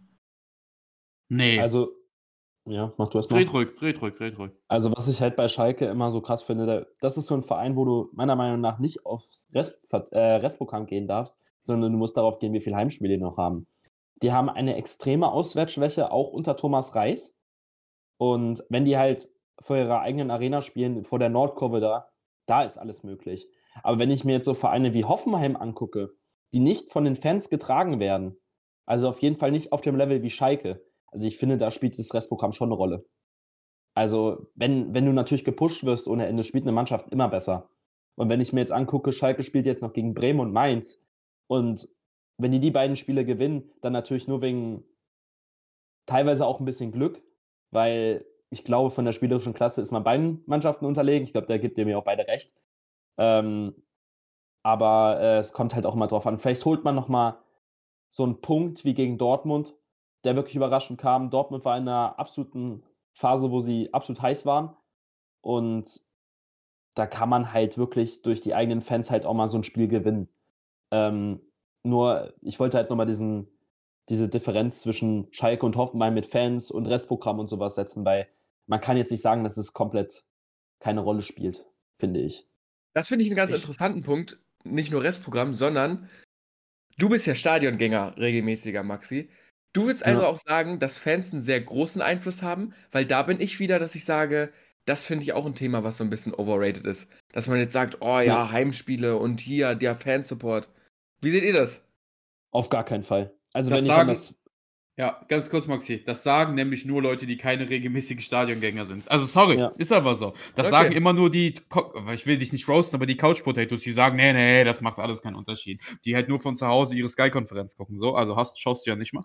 Ne,
also, ja, mach du erst
red
mal.
ruhig, red ruhig, red ruhig.
Also, was ich halt bei Schalke immer so krass finde, da das ist so 'n Verein, wo du meiner Meinung nach nicht aufs Restvert äh, Restprogramm gehen darfst, sondern du musst darauf gehen, wie viele Heimspiele die noch haben. Die haben eine extreme Auswärtsschwäche, auch unter Thomas Reis. Und wenn die halt vor ihrer eigenen Arena spielen, vor der Nordkurve da, da ist alles möglich. Aber wenn ich mir jetzt so Vereine wie Hoffenheim angucke, die nicht von den Fans getragen werden, also auf jeden Fall nicht auf dem Level wie Schalke. Also ich finde, da spielt das Restprogramm schon eine Rolle. Also, wenn wenn du natürlich gepusht wirst ohne Ende, spielt eine Mannschaft immer besser. Und wenn ich mir jetzt angucke, Schalke spielt jetzt noch gegen Bremen und Mainz und wenn die die beiden Spiele gewinnen, dann natürlich nur wegen teilweise auch ein bisschen Glück, weil ich glaube, von der spielerischen Klasse ist man beiden Mannschaften unterlegen. Ich glaube, da gebt ihr mir auch beide recht. Ähm, aber, äh, es kommt halt auch immer drauf an. Vielleicht holt man noch mal so 'n Punkt wie gegen Dortmund, der wirklich überraschend kam. Dortmund war in 'ner absoluten Phase, wo sie absolut heiß waren und da kann man halt wirklich durch die eigenen Fans halt auch mal so 'n Spiel gewinnen. Ähm, nur ich wollte halt noch mal diesen diese Differenz zwischen Schalke und Hoffenheim mit Fans und Restprogramm und so was setzen, weil man kann jetzt nicht sagen, das ist komplett keine Rolle spielt, finde ich.
Das finde ich einen ganz
Ich-
interessanten Punkt. Nicht nur Restprogramm, sondern du bist ja Stadiongänger, regelmäßiger Maxi. Du willst also
Ja.
auch sagen, dass Fans einen sehr großen Einfluss haben, weil da bin ich wieder, dass ich sage, das finde ich auch ein Thema, was so ein bisschen overrated ist. Dass man jetzt sagt, oh ja,
Ja.
Heimspiele und hier der Fansupport. Wie seht ihr das?
Auf gar keinen Fall. Also
Das
wenn ich an
sagen-
das.
Ja, ganz kurz, Maxi. Das sagen nämlich nur Leute, die keine regelmäßigen Stadiongänger sind. Also, sorry,
Ja.
ist aber so. Das
Okay.
sagen immer nur die, Co- ich will dich nicht roasten, aber die Couch Potatoes, die sagen, nee, nee, das macht alles keinen Unterschied. Die halt nur von zu Hause ihre Sky-Konferenz gucken. So, also hast, schaust du ja nicht mal.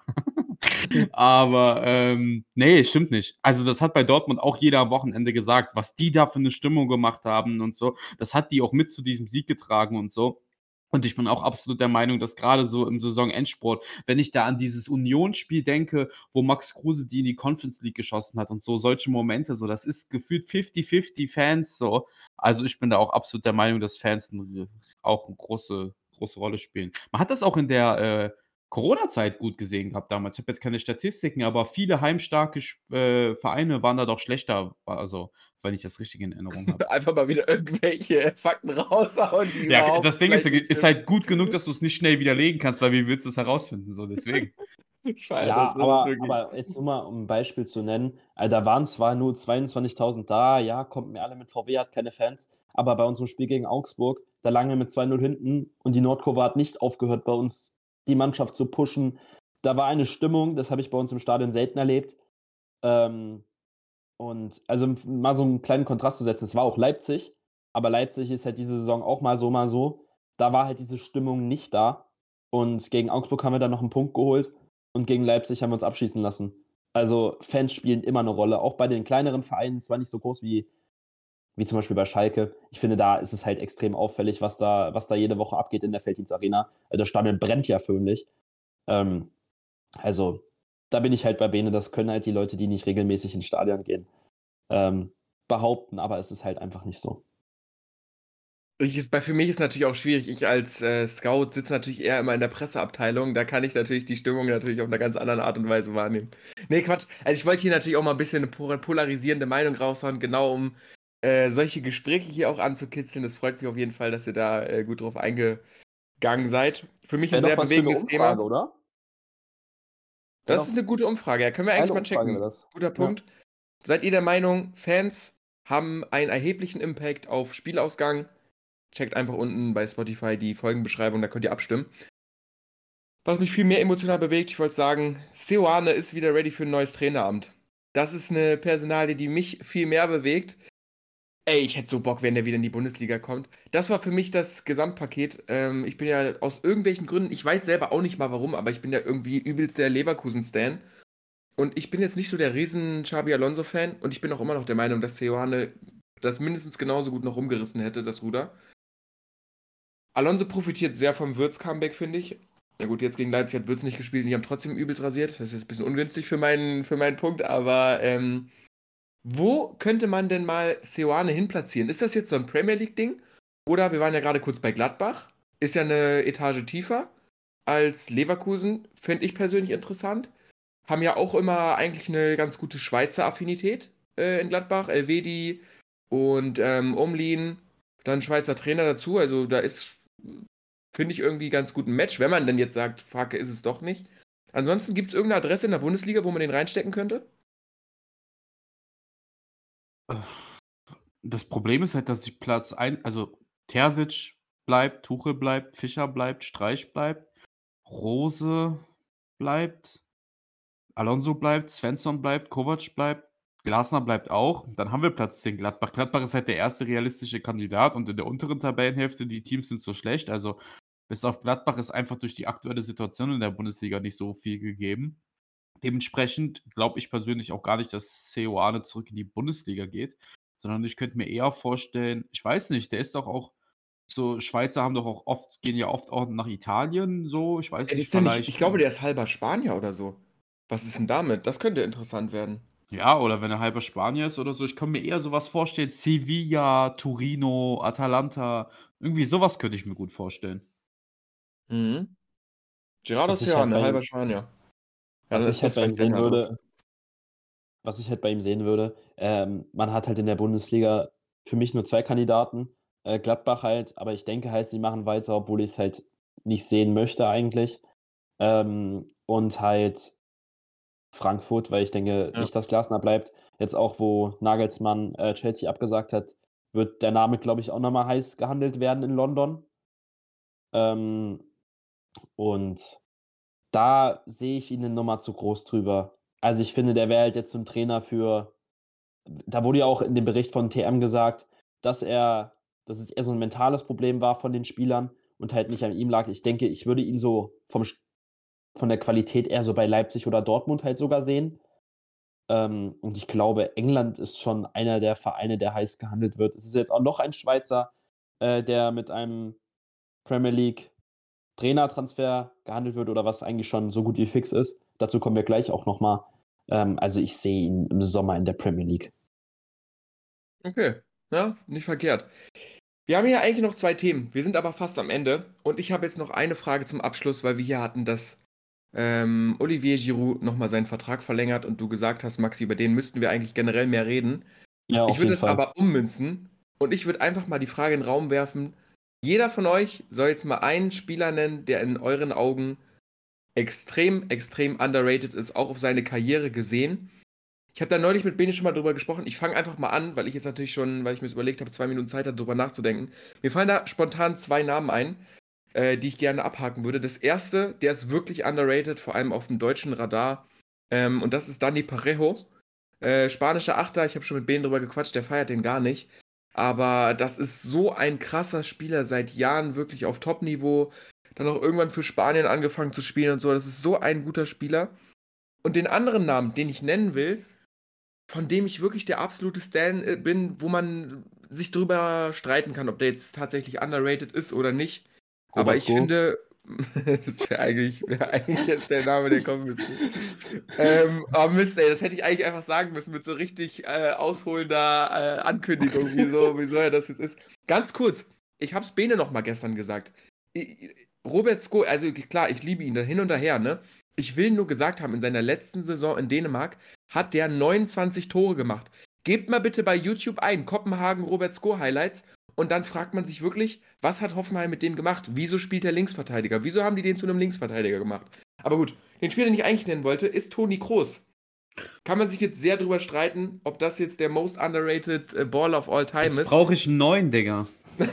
Aber ähm, nee, stimmt nicht. Also, das hat bei Dortmund auch jeder am Wochenende gesagt, was die da für eine Stimmung gemacht haben und so. Das hat die auch mit zu diesem Sieg getragen und so. Und ich bin auch absolut der Meinung, dass gerade so im Saisonendsport, wenn ich da an dieses Unionsspiel denke, wo Max Kruse die in die Conference League geschossen hat und so, solche Momente, so, das ist gefühlt fünfzig fünfzig Fans, so. Also ich bin da auch absolut der Meinung, dass Fans ein, auch eine große, große Rolle spielen. Man hat das auch in der äh, Corona-Zeit gut gesehen gehabt damals. Ich habe jetzt keine Statistiken, aber viele heimstarke äh, Vereine waren da doch schlechter, also wenn ich das richtig in Erinnerung habe.
Einfach mal wieder irgendwelche Fakten raushauen, die
Ja,
überhaupt
das Ding ist,
vielleicht nicht
ist halt gut genug, dass du es nicht schnell widerlegen kannst, weil wie willst du es herausfinden? So, deswegen.
stimmen. Ich feier
Ja,
das. das ist
aber,
wirklich-
aber jetzt nur mal, um ein Beispiel zu nennen, äh, da waren zwar nur zweiundzwanzigtausend da, ja, kommt mir alle mit, V W hat keine Fans, aber bei unserem Spiel gegen Augsburg, da lagen wir mit zwei null hinten und die Nordkurve hat nicht aufgehört, bei uns die Mannschaft zu pushen. Da war eine Stimmung, das habe ich bei uns im Stadion selten erlebt. Ähm, und also m- mal so einen kleinen Kontrast zu setzen, es war auch Leipzig, aber Leipzig ist halt diese Saison auch mal so, mal so. Da war halt diese Stimmung nicht da. Und gegen Augsburg haben wir dann noch einen Punkt geholt und gegen Leipzig haben wir uns abschießen lassen. Also Fans spielen immer eine Rolle, auch bei den kleineren Vereinen, zwar nicht so groß wie, wie zum Beispiel bei Schalke. Ich finde, da ist es halt extrem auffällig, was da, was da jede Woche abgeht in der Felddienstarena. Also das Stadion brennt ja förmlich. Ähm, also da bin ich halt bei Bene, das können halt die Leute, die nicht regelmäßig ins Stadion gehen, ähm, behaupten, aber es ist halt einfach nicht so.
Ich, ist- bei, für mich ist natürlich auch schwierig. Ich als äh, Scout sitze natürlich eher immer in der Presseabteilung. Da kann ich natürlich die Stimmung natürlich auf einer ganz anderen Art und Weise wahrnehmen. Nee, Quatsch. Also ich wollte hier natürlich auch mal ein bisschen eine po- polarisierende Meinung raushauen, genau um äh, solche Gespräche hier auch anzukitzeln. Das freut mich auf jeden Fall, dass ihr da äh, gut drauf eingegangen seid. Für mich ein
Wäre
sehr
doch was für eine
bewegendes
Umfrage,
Thema.
oder?
Das
Wäre
ist eine gute Umfrage. Ja, können wir
Geile
eigentlich mal
Umfrage
checken.
wäre das.
Guter
Ja.
Punkt. Seid ihr der Meinung, Fans haben einen erheblichen Impact auf Spielausgang? Checkt einfach unten bei Spotify die Folgenbeschreibung, da könnt ihr abstimmen. Was mich viel mehr emotional bewegt, ich wollte sagen, Seoane ist wieder ready für ein neues Traineramt. Das ist eine Personalie, die mich viel mehr bewegt. Ey, ich hätte so Bock, wenn der wieder in die Bundesliga kommt. Das war für mich das Gesamtpaket. Ähm, ich bin ja aus irgendwelchen Gründen, ich weiß selber auch nicht mal warum, aber ich bin ja irgendwie übelst der Leverkusen-Stan. Und ich bin jetzt nicht so der riesen Xabi Alonso-Fan und ich bin auch immer noch der Meinung, dass Seoane das mindestens genauso gut noch rumgerissen hätte, das Ruder. Alonso profitiert sehr vom Wirtz-Comeback, finde ich. Na gut, jetzt gegen Leipzig hat Wirtz nicht gespielt und die haben trotzdem übelst rasiert. Das ist jetzt ein bisschen ungünstig für meinen, für meinen Punkt, aber ähm, wo könnte man denn mal Seoane hinplatzieren? Ist das jetzt so ein Premier League-Ding? Oder wir waren ja gerade kurz bei Gladbach. Ist ja eine Etage tiefer als Leverkusen, finde ich persönlich interessant. Haben ja auch immer eigentlich eine ganz gute Schweizer Affinität äh, in Gladbach. Elvedi und ähm, Omlin, dann Schweizer Trainer dazu. Also da ist, finde ich, irgendwie ganz gut ein Match, wenn man denn jetzt sagt, fuck, ist es doch nicht. Ansonsten gibt es irgendeine Adresse in der Bundesliga, wo man den reinstecken könnte?
Das Problem ist halt, dass ich Platz ein, also Terzic bleibt, Tuchel bleibt, Fischer bleibt, Streich bleibt, Rose bleibt, Alonso bleibt, Svensson bleibt, Kovac bleibt, Glasner bleibt auch. Dann haben wir Platz zehn Gladbach. Gladbach ist halt der erste realistische Kandidat und in der unteren Tabellenhälfte, die Teams sind so schlecht. Also bis auf Gladbach ist einfach durch die aktuelle Situation in der Bundesliga nicht so viel gegeben. Dementsprechend glaube ich persönlich auch gar nicht, dass Seoane zurück in die Bundesliga geht, sondern ich könnte mir eher vorstellen, ich weiß nicht, der ist doch auch so, Schweizer haben doch auch oft, gehen ja oft auch nach Italien, so, ich weiß
Ey,
nicht,
ist der nicht, ich
vielleicht.
glaube, der ist halber Spanier oder so. Was ist denn damit? Das könnte interessant werden.
Ja, oder wenn er halber Spanier ist oder so. Ich kann mir eher sowas vorstellen. Sevilla, Torino, Atalanta. Irgendwie sowas könnte ich mir gut vorstellen.
Mhm. Gerardo
Was ich halt
Seoane,
bei
halber
ihm-
Spanier. Ja,
Was
dann
ich
ist
halt
das
bei ihm
vielleicht gar
sehen
keine
würde,
Adresse.
was ich halt bei ihm sehen würde, ähm, man hat halt in der Bundesliga für mich nur zwei Kandidaten. Äh, Gladbach halt, aber ich denke halt, sie machen weiter, obwohl ich es halt nicht sehen möchte eigentlich. Ähm, und halt Frankfurt, weil ich denke
Ja.
nicht, dass Glasner bleibt. Jetzt auch, wo Nagelsmann äh, Chelsea abgesagt hat, wird der Name, glaube ich, auch noch mal heiß gehandelt werden in London. Ähm, und da sehe ich ihn 'ne Nummer zu groß drüber. Also, ich finde, der wäre halt jetzt so 'n Trainer für da wurde ja auch in dem Bericht von T M gesagt, dass er dass es eher so 'n mentales Problem war von den Spielern und halt nicht an ihm lag. Ich denke, ich würde ihn so vom sch von der Qualität eher so bei Leipzig oder Dortmund halt sogar sehen. Ähm, und ich glaube, England ist schon einer der Vereine, der heiß gehandelt wird. Es ist jetzt auch noch ein Schweizer, äh, der mit einem Premier League Trainertransfer gehandelt wird oder was eigentlich schon so gut wie fix ist. Dazu kommen wir gleich auch noch mal. Ähm, also, ich sehe ihn im Sommer in der Premier League.
Okay, ja, nicht verkehrt. Wir haben hier eigentlich noch zwei Themen. Wir sind aber fast am Ende. Und ich habe jetzt noch eine Frage zum Abschluss, weil wir hier hatten, dass ähm, Olivier Giroud nochmal seinen Vertrag verlängert und du gesagt hast, Maxi, über den müssten wir eigentlich generell mehr reden.
Ja,
Ich
auf
würde
jeden
es
Fall.
aber ummünzen und ich würde einfach mal die Frage in den Raum werfen. Jeder von euch soll jetzt mal einen Spieler nennen, der in euren Augen extrem, extrem underrated ist, auch auf seine Karriere gesehen. Ich habe da neulich mit Bene schon mal drüber gesprochen. Ich fange einfach mal an, weil ich jetzt natürlich schon, weil ich mir das überlegt habe, zwei Minuten Zeit hatte, drüber nachzudenken. Mir fallen da spontan zwei Namen ein, äh, die ich gerne abhaken würde. Das erste, der ist wirklich underrated, vor allem auf dem deutschen Radar. Ähm, und das ist Dani Parejo. Äh, spanischer Achter, ich habe schon mit Bene drüber gequatscht, der feiert den gar nicht. Aber das ist so ein krasser Spieler, seit Jahren wirklich auf Top-Niveau. Dann auch irgendwann für Spanien angefangen zu spielen und so. Das ist so ein guter Spieler. Und den anderen Namen, den ich nennen will, von dem ich wirklich der absolute Stan äh, bin, wo man sich drüber streiten kann, ob der jetzt tatsächlich underrated ist oder nicht. Aber
Robert
ich
Sko.
finde, das wäre eigentlich, wär eigentlich jetzt der Name, der kommen müsste. ähm, aber Mist, ey, das hätte ich eigentlich einfach sagen müssen mit so richtig äh, ausholender äh, Ankündigung, wieso, wieso er das jetzt ist. Ganz kurz, ich hab's Bene noch mal gestern gesagt. I- Robert Sko, also klar, ich liebe ihn da hin und her, ne? Ich will nur gesagt haben, in seiner letzten Saison in Dänemark hat der neunundzwanzig Tore gemacht. Gebt mal bitte bei YouTube ein, Kopenhagen Robert Sko Highlights und dann fragt man sich wirklich, was hat Hoffenheim mit dem gemacht? Wieso spielt der Linksverteidiger? Wieso haben die den zu einem Linksverteidiger gemacht? Aber gut, den Spieler, den ich eigentlich nennen wollte, ist Toni Kroos. Kann man sich jetzt sehr drüber streiten, ob das jetzt der most underrated äh, Baller of all time
Jetzt
ist.
brauche ich einen neuen, Digga.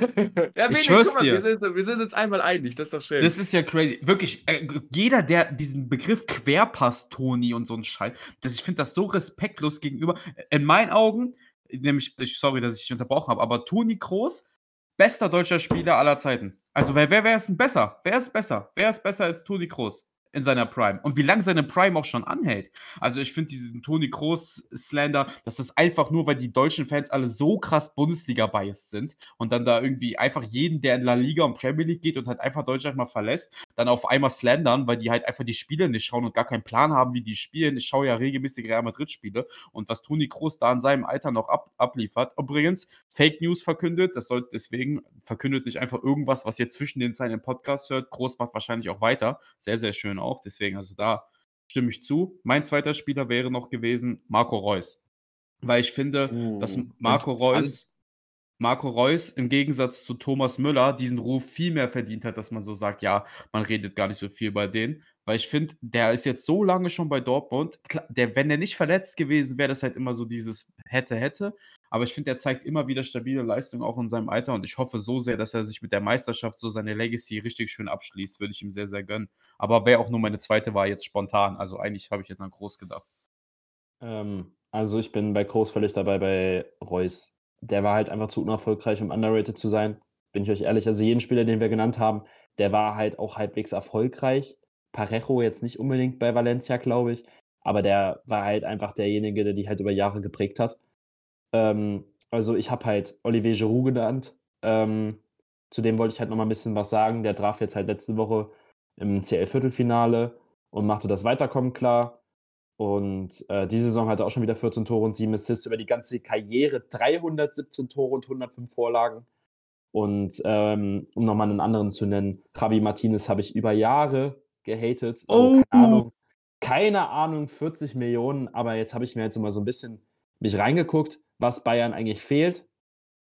Ja,
Ich
Bene,
schwör's
guck mal, wir
dir.
sind, wir sind uns einmal einig, das ist doch schön.
Das ist ja crazy. Wirklich, äh, g- jeder, der diesen Begriff Querpass-Toni und so ein Scheiß, das, ich finde das so respektlos gegenüber. In meinen Augen, nämlich, ich, sorry, dass ich dich unterbrochen habe, aber Toni Kroos, bester deutscher Spieler aller Zeiten. Also, wer, wer, wer ist denn besser? Wer ist besser? Wer ist besser als Toni Kroos in seiner Prime? Und wie lange seine Prime auch schon anhält. Also, ich finde diesen Toni Kroos-Slander, das ist einfach nur, weil die deutschen Fans alle so krass Bundesliga-biased sind und dann da irgendwie einfach jeden, der in La Liga und Premier League geht und halt einfach Deutschland mal verlässt, dann auf einmal slandern, weil die halt einfach die Spiele nicht schauen und gar keinen Plan haben, wie die spielen. Ich schaue ja regelmäßig Real Madrid-Spiele und was Toni Kroos da in seinem Alter noch ab, abliefert. Übrigens, Fake News verkündet, das soll deswegen verkündet nicht einfach irgendwas, was ihr zwischen den Zeilen im Podcast hört. Kroos macht wahrscheinlich auch weiter. Sehr, sehr schön auch. Deswegen, also da stimme ich zu. Mein zweiter Spieler wäre noch gewesen Marco Reus. Weil ich finde, dass
Uh,
Marco
interessant.
Reus Marco Reus im Gegensatz zu Thomas Müller diesen Ruf viel mehr verdient hat, dass man so sagt, ja, man redet gar nicht so viel bei denen. Weil ich finde, der ist jetzt so lange schon bei Dortmund. Klar, der, wenn der nicht verletzt gewesen wäre, das halt immer so dieses hätte, hätte. Aber ich finde, der zeigt immer wieder stabile Leistung auch in seinem Alter. Und ich hoffe so sehr, dass er sich mit der Meisterschaft so seine Legacy richtig schön abschließt. Würde ich ihm sehr, sehr gönnen. Aber wäre auch nur meine zweite war jetzt spontan. Also eigentlich habe ich jetzt an groß gedacht.
Ähm, also, ich bin bei Kroos völlig dabei bei Reus. Der war halt einfach zu unerfolgreich, um underrated zu sein, bin ich euch ehrlich. Also, jeden Spieler, den wir genannt haben, der war halt auch halbwegs erfolgreich. Parejo jetzt nicht unbedingt bei Valencia, glaube ich, aber der war halt einfach derjenige, der die halt über Jahre geprägt hat. Ähm, also, ich habe halt Olivier Giroud genannt. Ähm, zu dem wollte ich halt noch mal 'n bisschen was sagen. Der traf jetzt halt letzte Woche im C L-Viertelfinale und machte das Weiterkommen klar. Und, äh, diese Saison hat er auch schon wieder vierzehn Tore und sieben Assists, über die ganze Karriere dreihundertsiebzehn Tore und hundertfünf Vorlagen. Und, ähm, um noch mal 'nen anderen zu nennen, Javi Martinez habe ich über Jahre gehatet, so,
Oh!
keine Ahnung keine Ahnung, vierzig Millionen, aber jetzt habe ich mir jetzt noch mal so 'n bisschen mich reingeguckt, was Bayern eigentlich fehlt.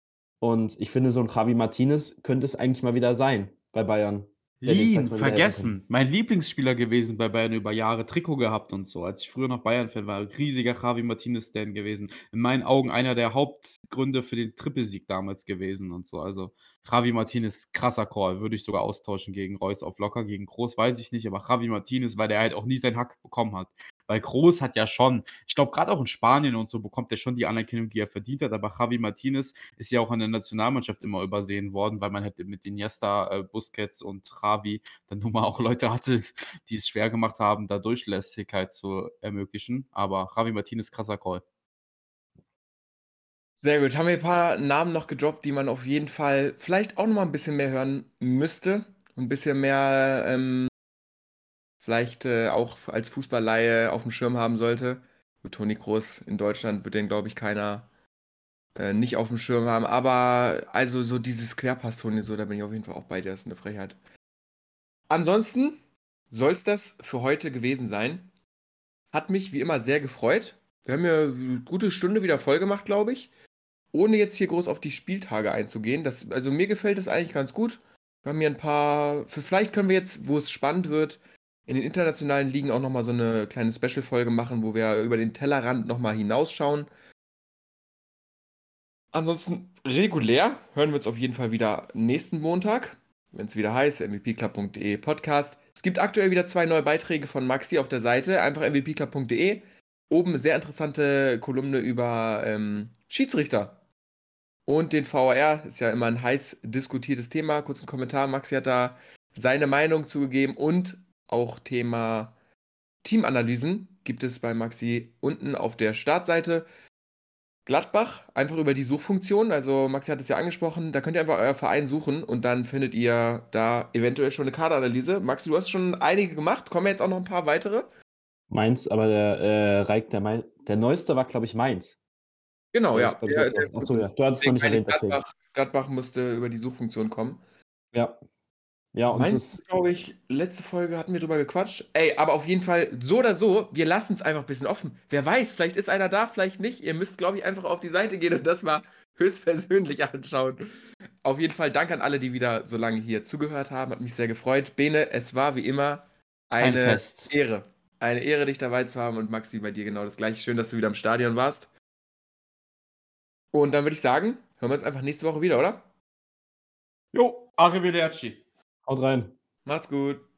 Und ich finde, so ein Javi Martinez könnte es eigentlich mal wieder sein bei Bayern, der den
Lien,
vielleicht mal wieder helfen könnte.
vergessen. Mein Lieblingsspieler gewesen bei Bayern über Jahre, Trikot gehabt und so. Als ich früher noch Bayern-Fan war, riesiger Javi Martinez-Stan gewesen. In meinen Augen einer der Hauptgründe für den Trippelsieg damals gewesen und so. Also Javi Martinez, krasser Call, würde ich sogar austauschen gegen Reus auf locker. Gegen Groß weiß ich nicht, aber Javi Martinez, weil der halt auch nie seinen Hack bekommen hat. Weil Groß hat ja schon, ich glaube, gerade auch in Spanien und so bekommt er schon die Anerkennung, die er verdient hat. Aber Javi Martinez ist ja auch in der Nationalmannschaft immer übersehen worden, weil man halt mit Iniesta, äh, Busquets und Javi dann nun mal auch Leute hatte, die es schwer gemacht haben, da Durchlässigkeit zu ermöglichen. Aber Javi Martinez, krasser Call.
Sehr gut. Haben wir ein paar Namen noch gedroppt, die man auf jeden Fall vielleicht auch noch mal ein bisschen mehr hören müsste. Ein bisschen mehr ähm, vielleicht äh, auch als Fußballleihe auf dem Schirm haben sollte. Gut, Toni Kroos in Deutschland wird den, glaube ich, keiner äh, nicht auf dem Schirm haben. Aber also so dieses Querpass-Toni, so, da bin ich auf jeden Fall auch bei dir. Das ist eine Frechheit. Ansonsten soll es das für heute gewesen sein. Hat mich wie immer sehr gefreut. Wir haben ja eine gute Stunde wieder voll gemacht, glaube ich. Ohne jetzt hier groß auf die Spieltage einzugehen. Das, also mir gefällt das eigentlich ganz gut. Wir haben hier ein paar. Für, vielleicht können wir jetzt, wo es spannend wird, in den internationalen Ligen auch nochmal so eine kleine Special-Folge machen, wo wir über den Tellerrand nochmal hinausschauen. Ansonsten regulär hören wir uns auf jeden Fall wieder nächsten Montag, wenn es wieder heißt, m v p club punkt d e Podcast. Es gibt aktuell wieder zwei neue Beiträge von Maxi auf der Seite, einfach m v p club punkt d e. Oben sehr interessante Kolumne über ähm, Schiedsrichter und den V A R. Ist ja immer ein heiß diskutiertes Thema. Kurzen Kommentar, Maxi hat da seine Meinung zugegeben und auch Thema Teamanalysen gibt es bei Maxi unten auf der Startseite. Gladbach, einfach über die Suchfunktion. Also Maxi hat es ja angesprochen, da könnt ihr einfach euer Verein suchen und dann findet ihr da eventuell schon eine Kaderanalyse. Maxi, du hast schon einige gemacht. Kommen jetzt auch noch ein paar weitere?
Mainz, aber der äh, Reik, der, Mai- der neueste war, glaube ich, Mainz.
Genau,
Der
ja.
ist, glaube ich,
Der,
jetzt
der
raus. Achso, ja. Du hattest es
deswegen
noch nicht
meine ich,
erwähnt, deswegen.
Gladbach, Gladbach musste über die Suchfunktion kommen.
Ja. Ja, und
Mainz,
das.
glaube ich, letzte Folge hatten wir drüber gequatscht. Ey, aber auf jeden Fall, so oder so, wir lassen es einfach ein bisschen offen. Wer weiß, vielleicht ist einer da, vielleicht nicht. Ihr müsst, glaube ich, einfach auf die Seite gehen und das mal höchstpersönlich anschauen. Auf jeden Fall Dank an alle, die wieder so lange hier zugehört haben. Hat mich sehr gefreut. Bene, es war wie immer
Ein
eine
Fest.
Ehre. Eine Ehre, dich dabei zu haben. Und Maxi, bei dir genau das gleiche. Schön, dass du wieder im Stadion warst. Und dann würde ich sagen, hören wir uns einfach nächste Woche wieder, oder?
Jo, arrivederci.
Haut rein.
Macht's gut.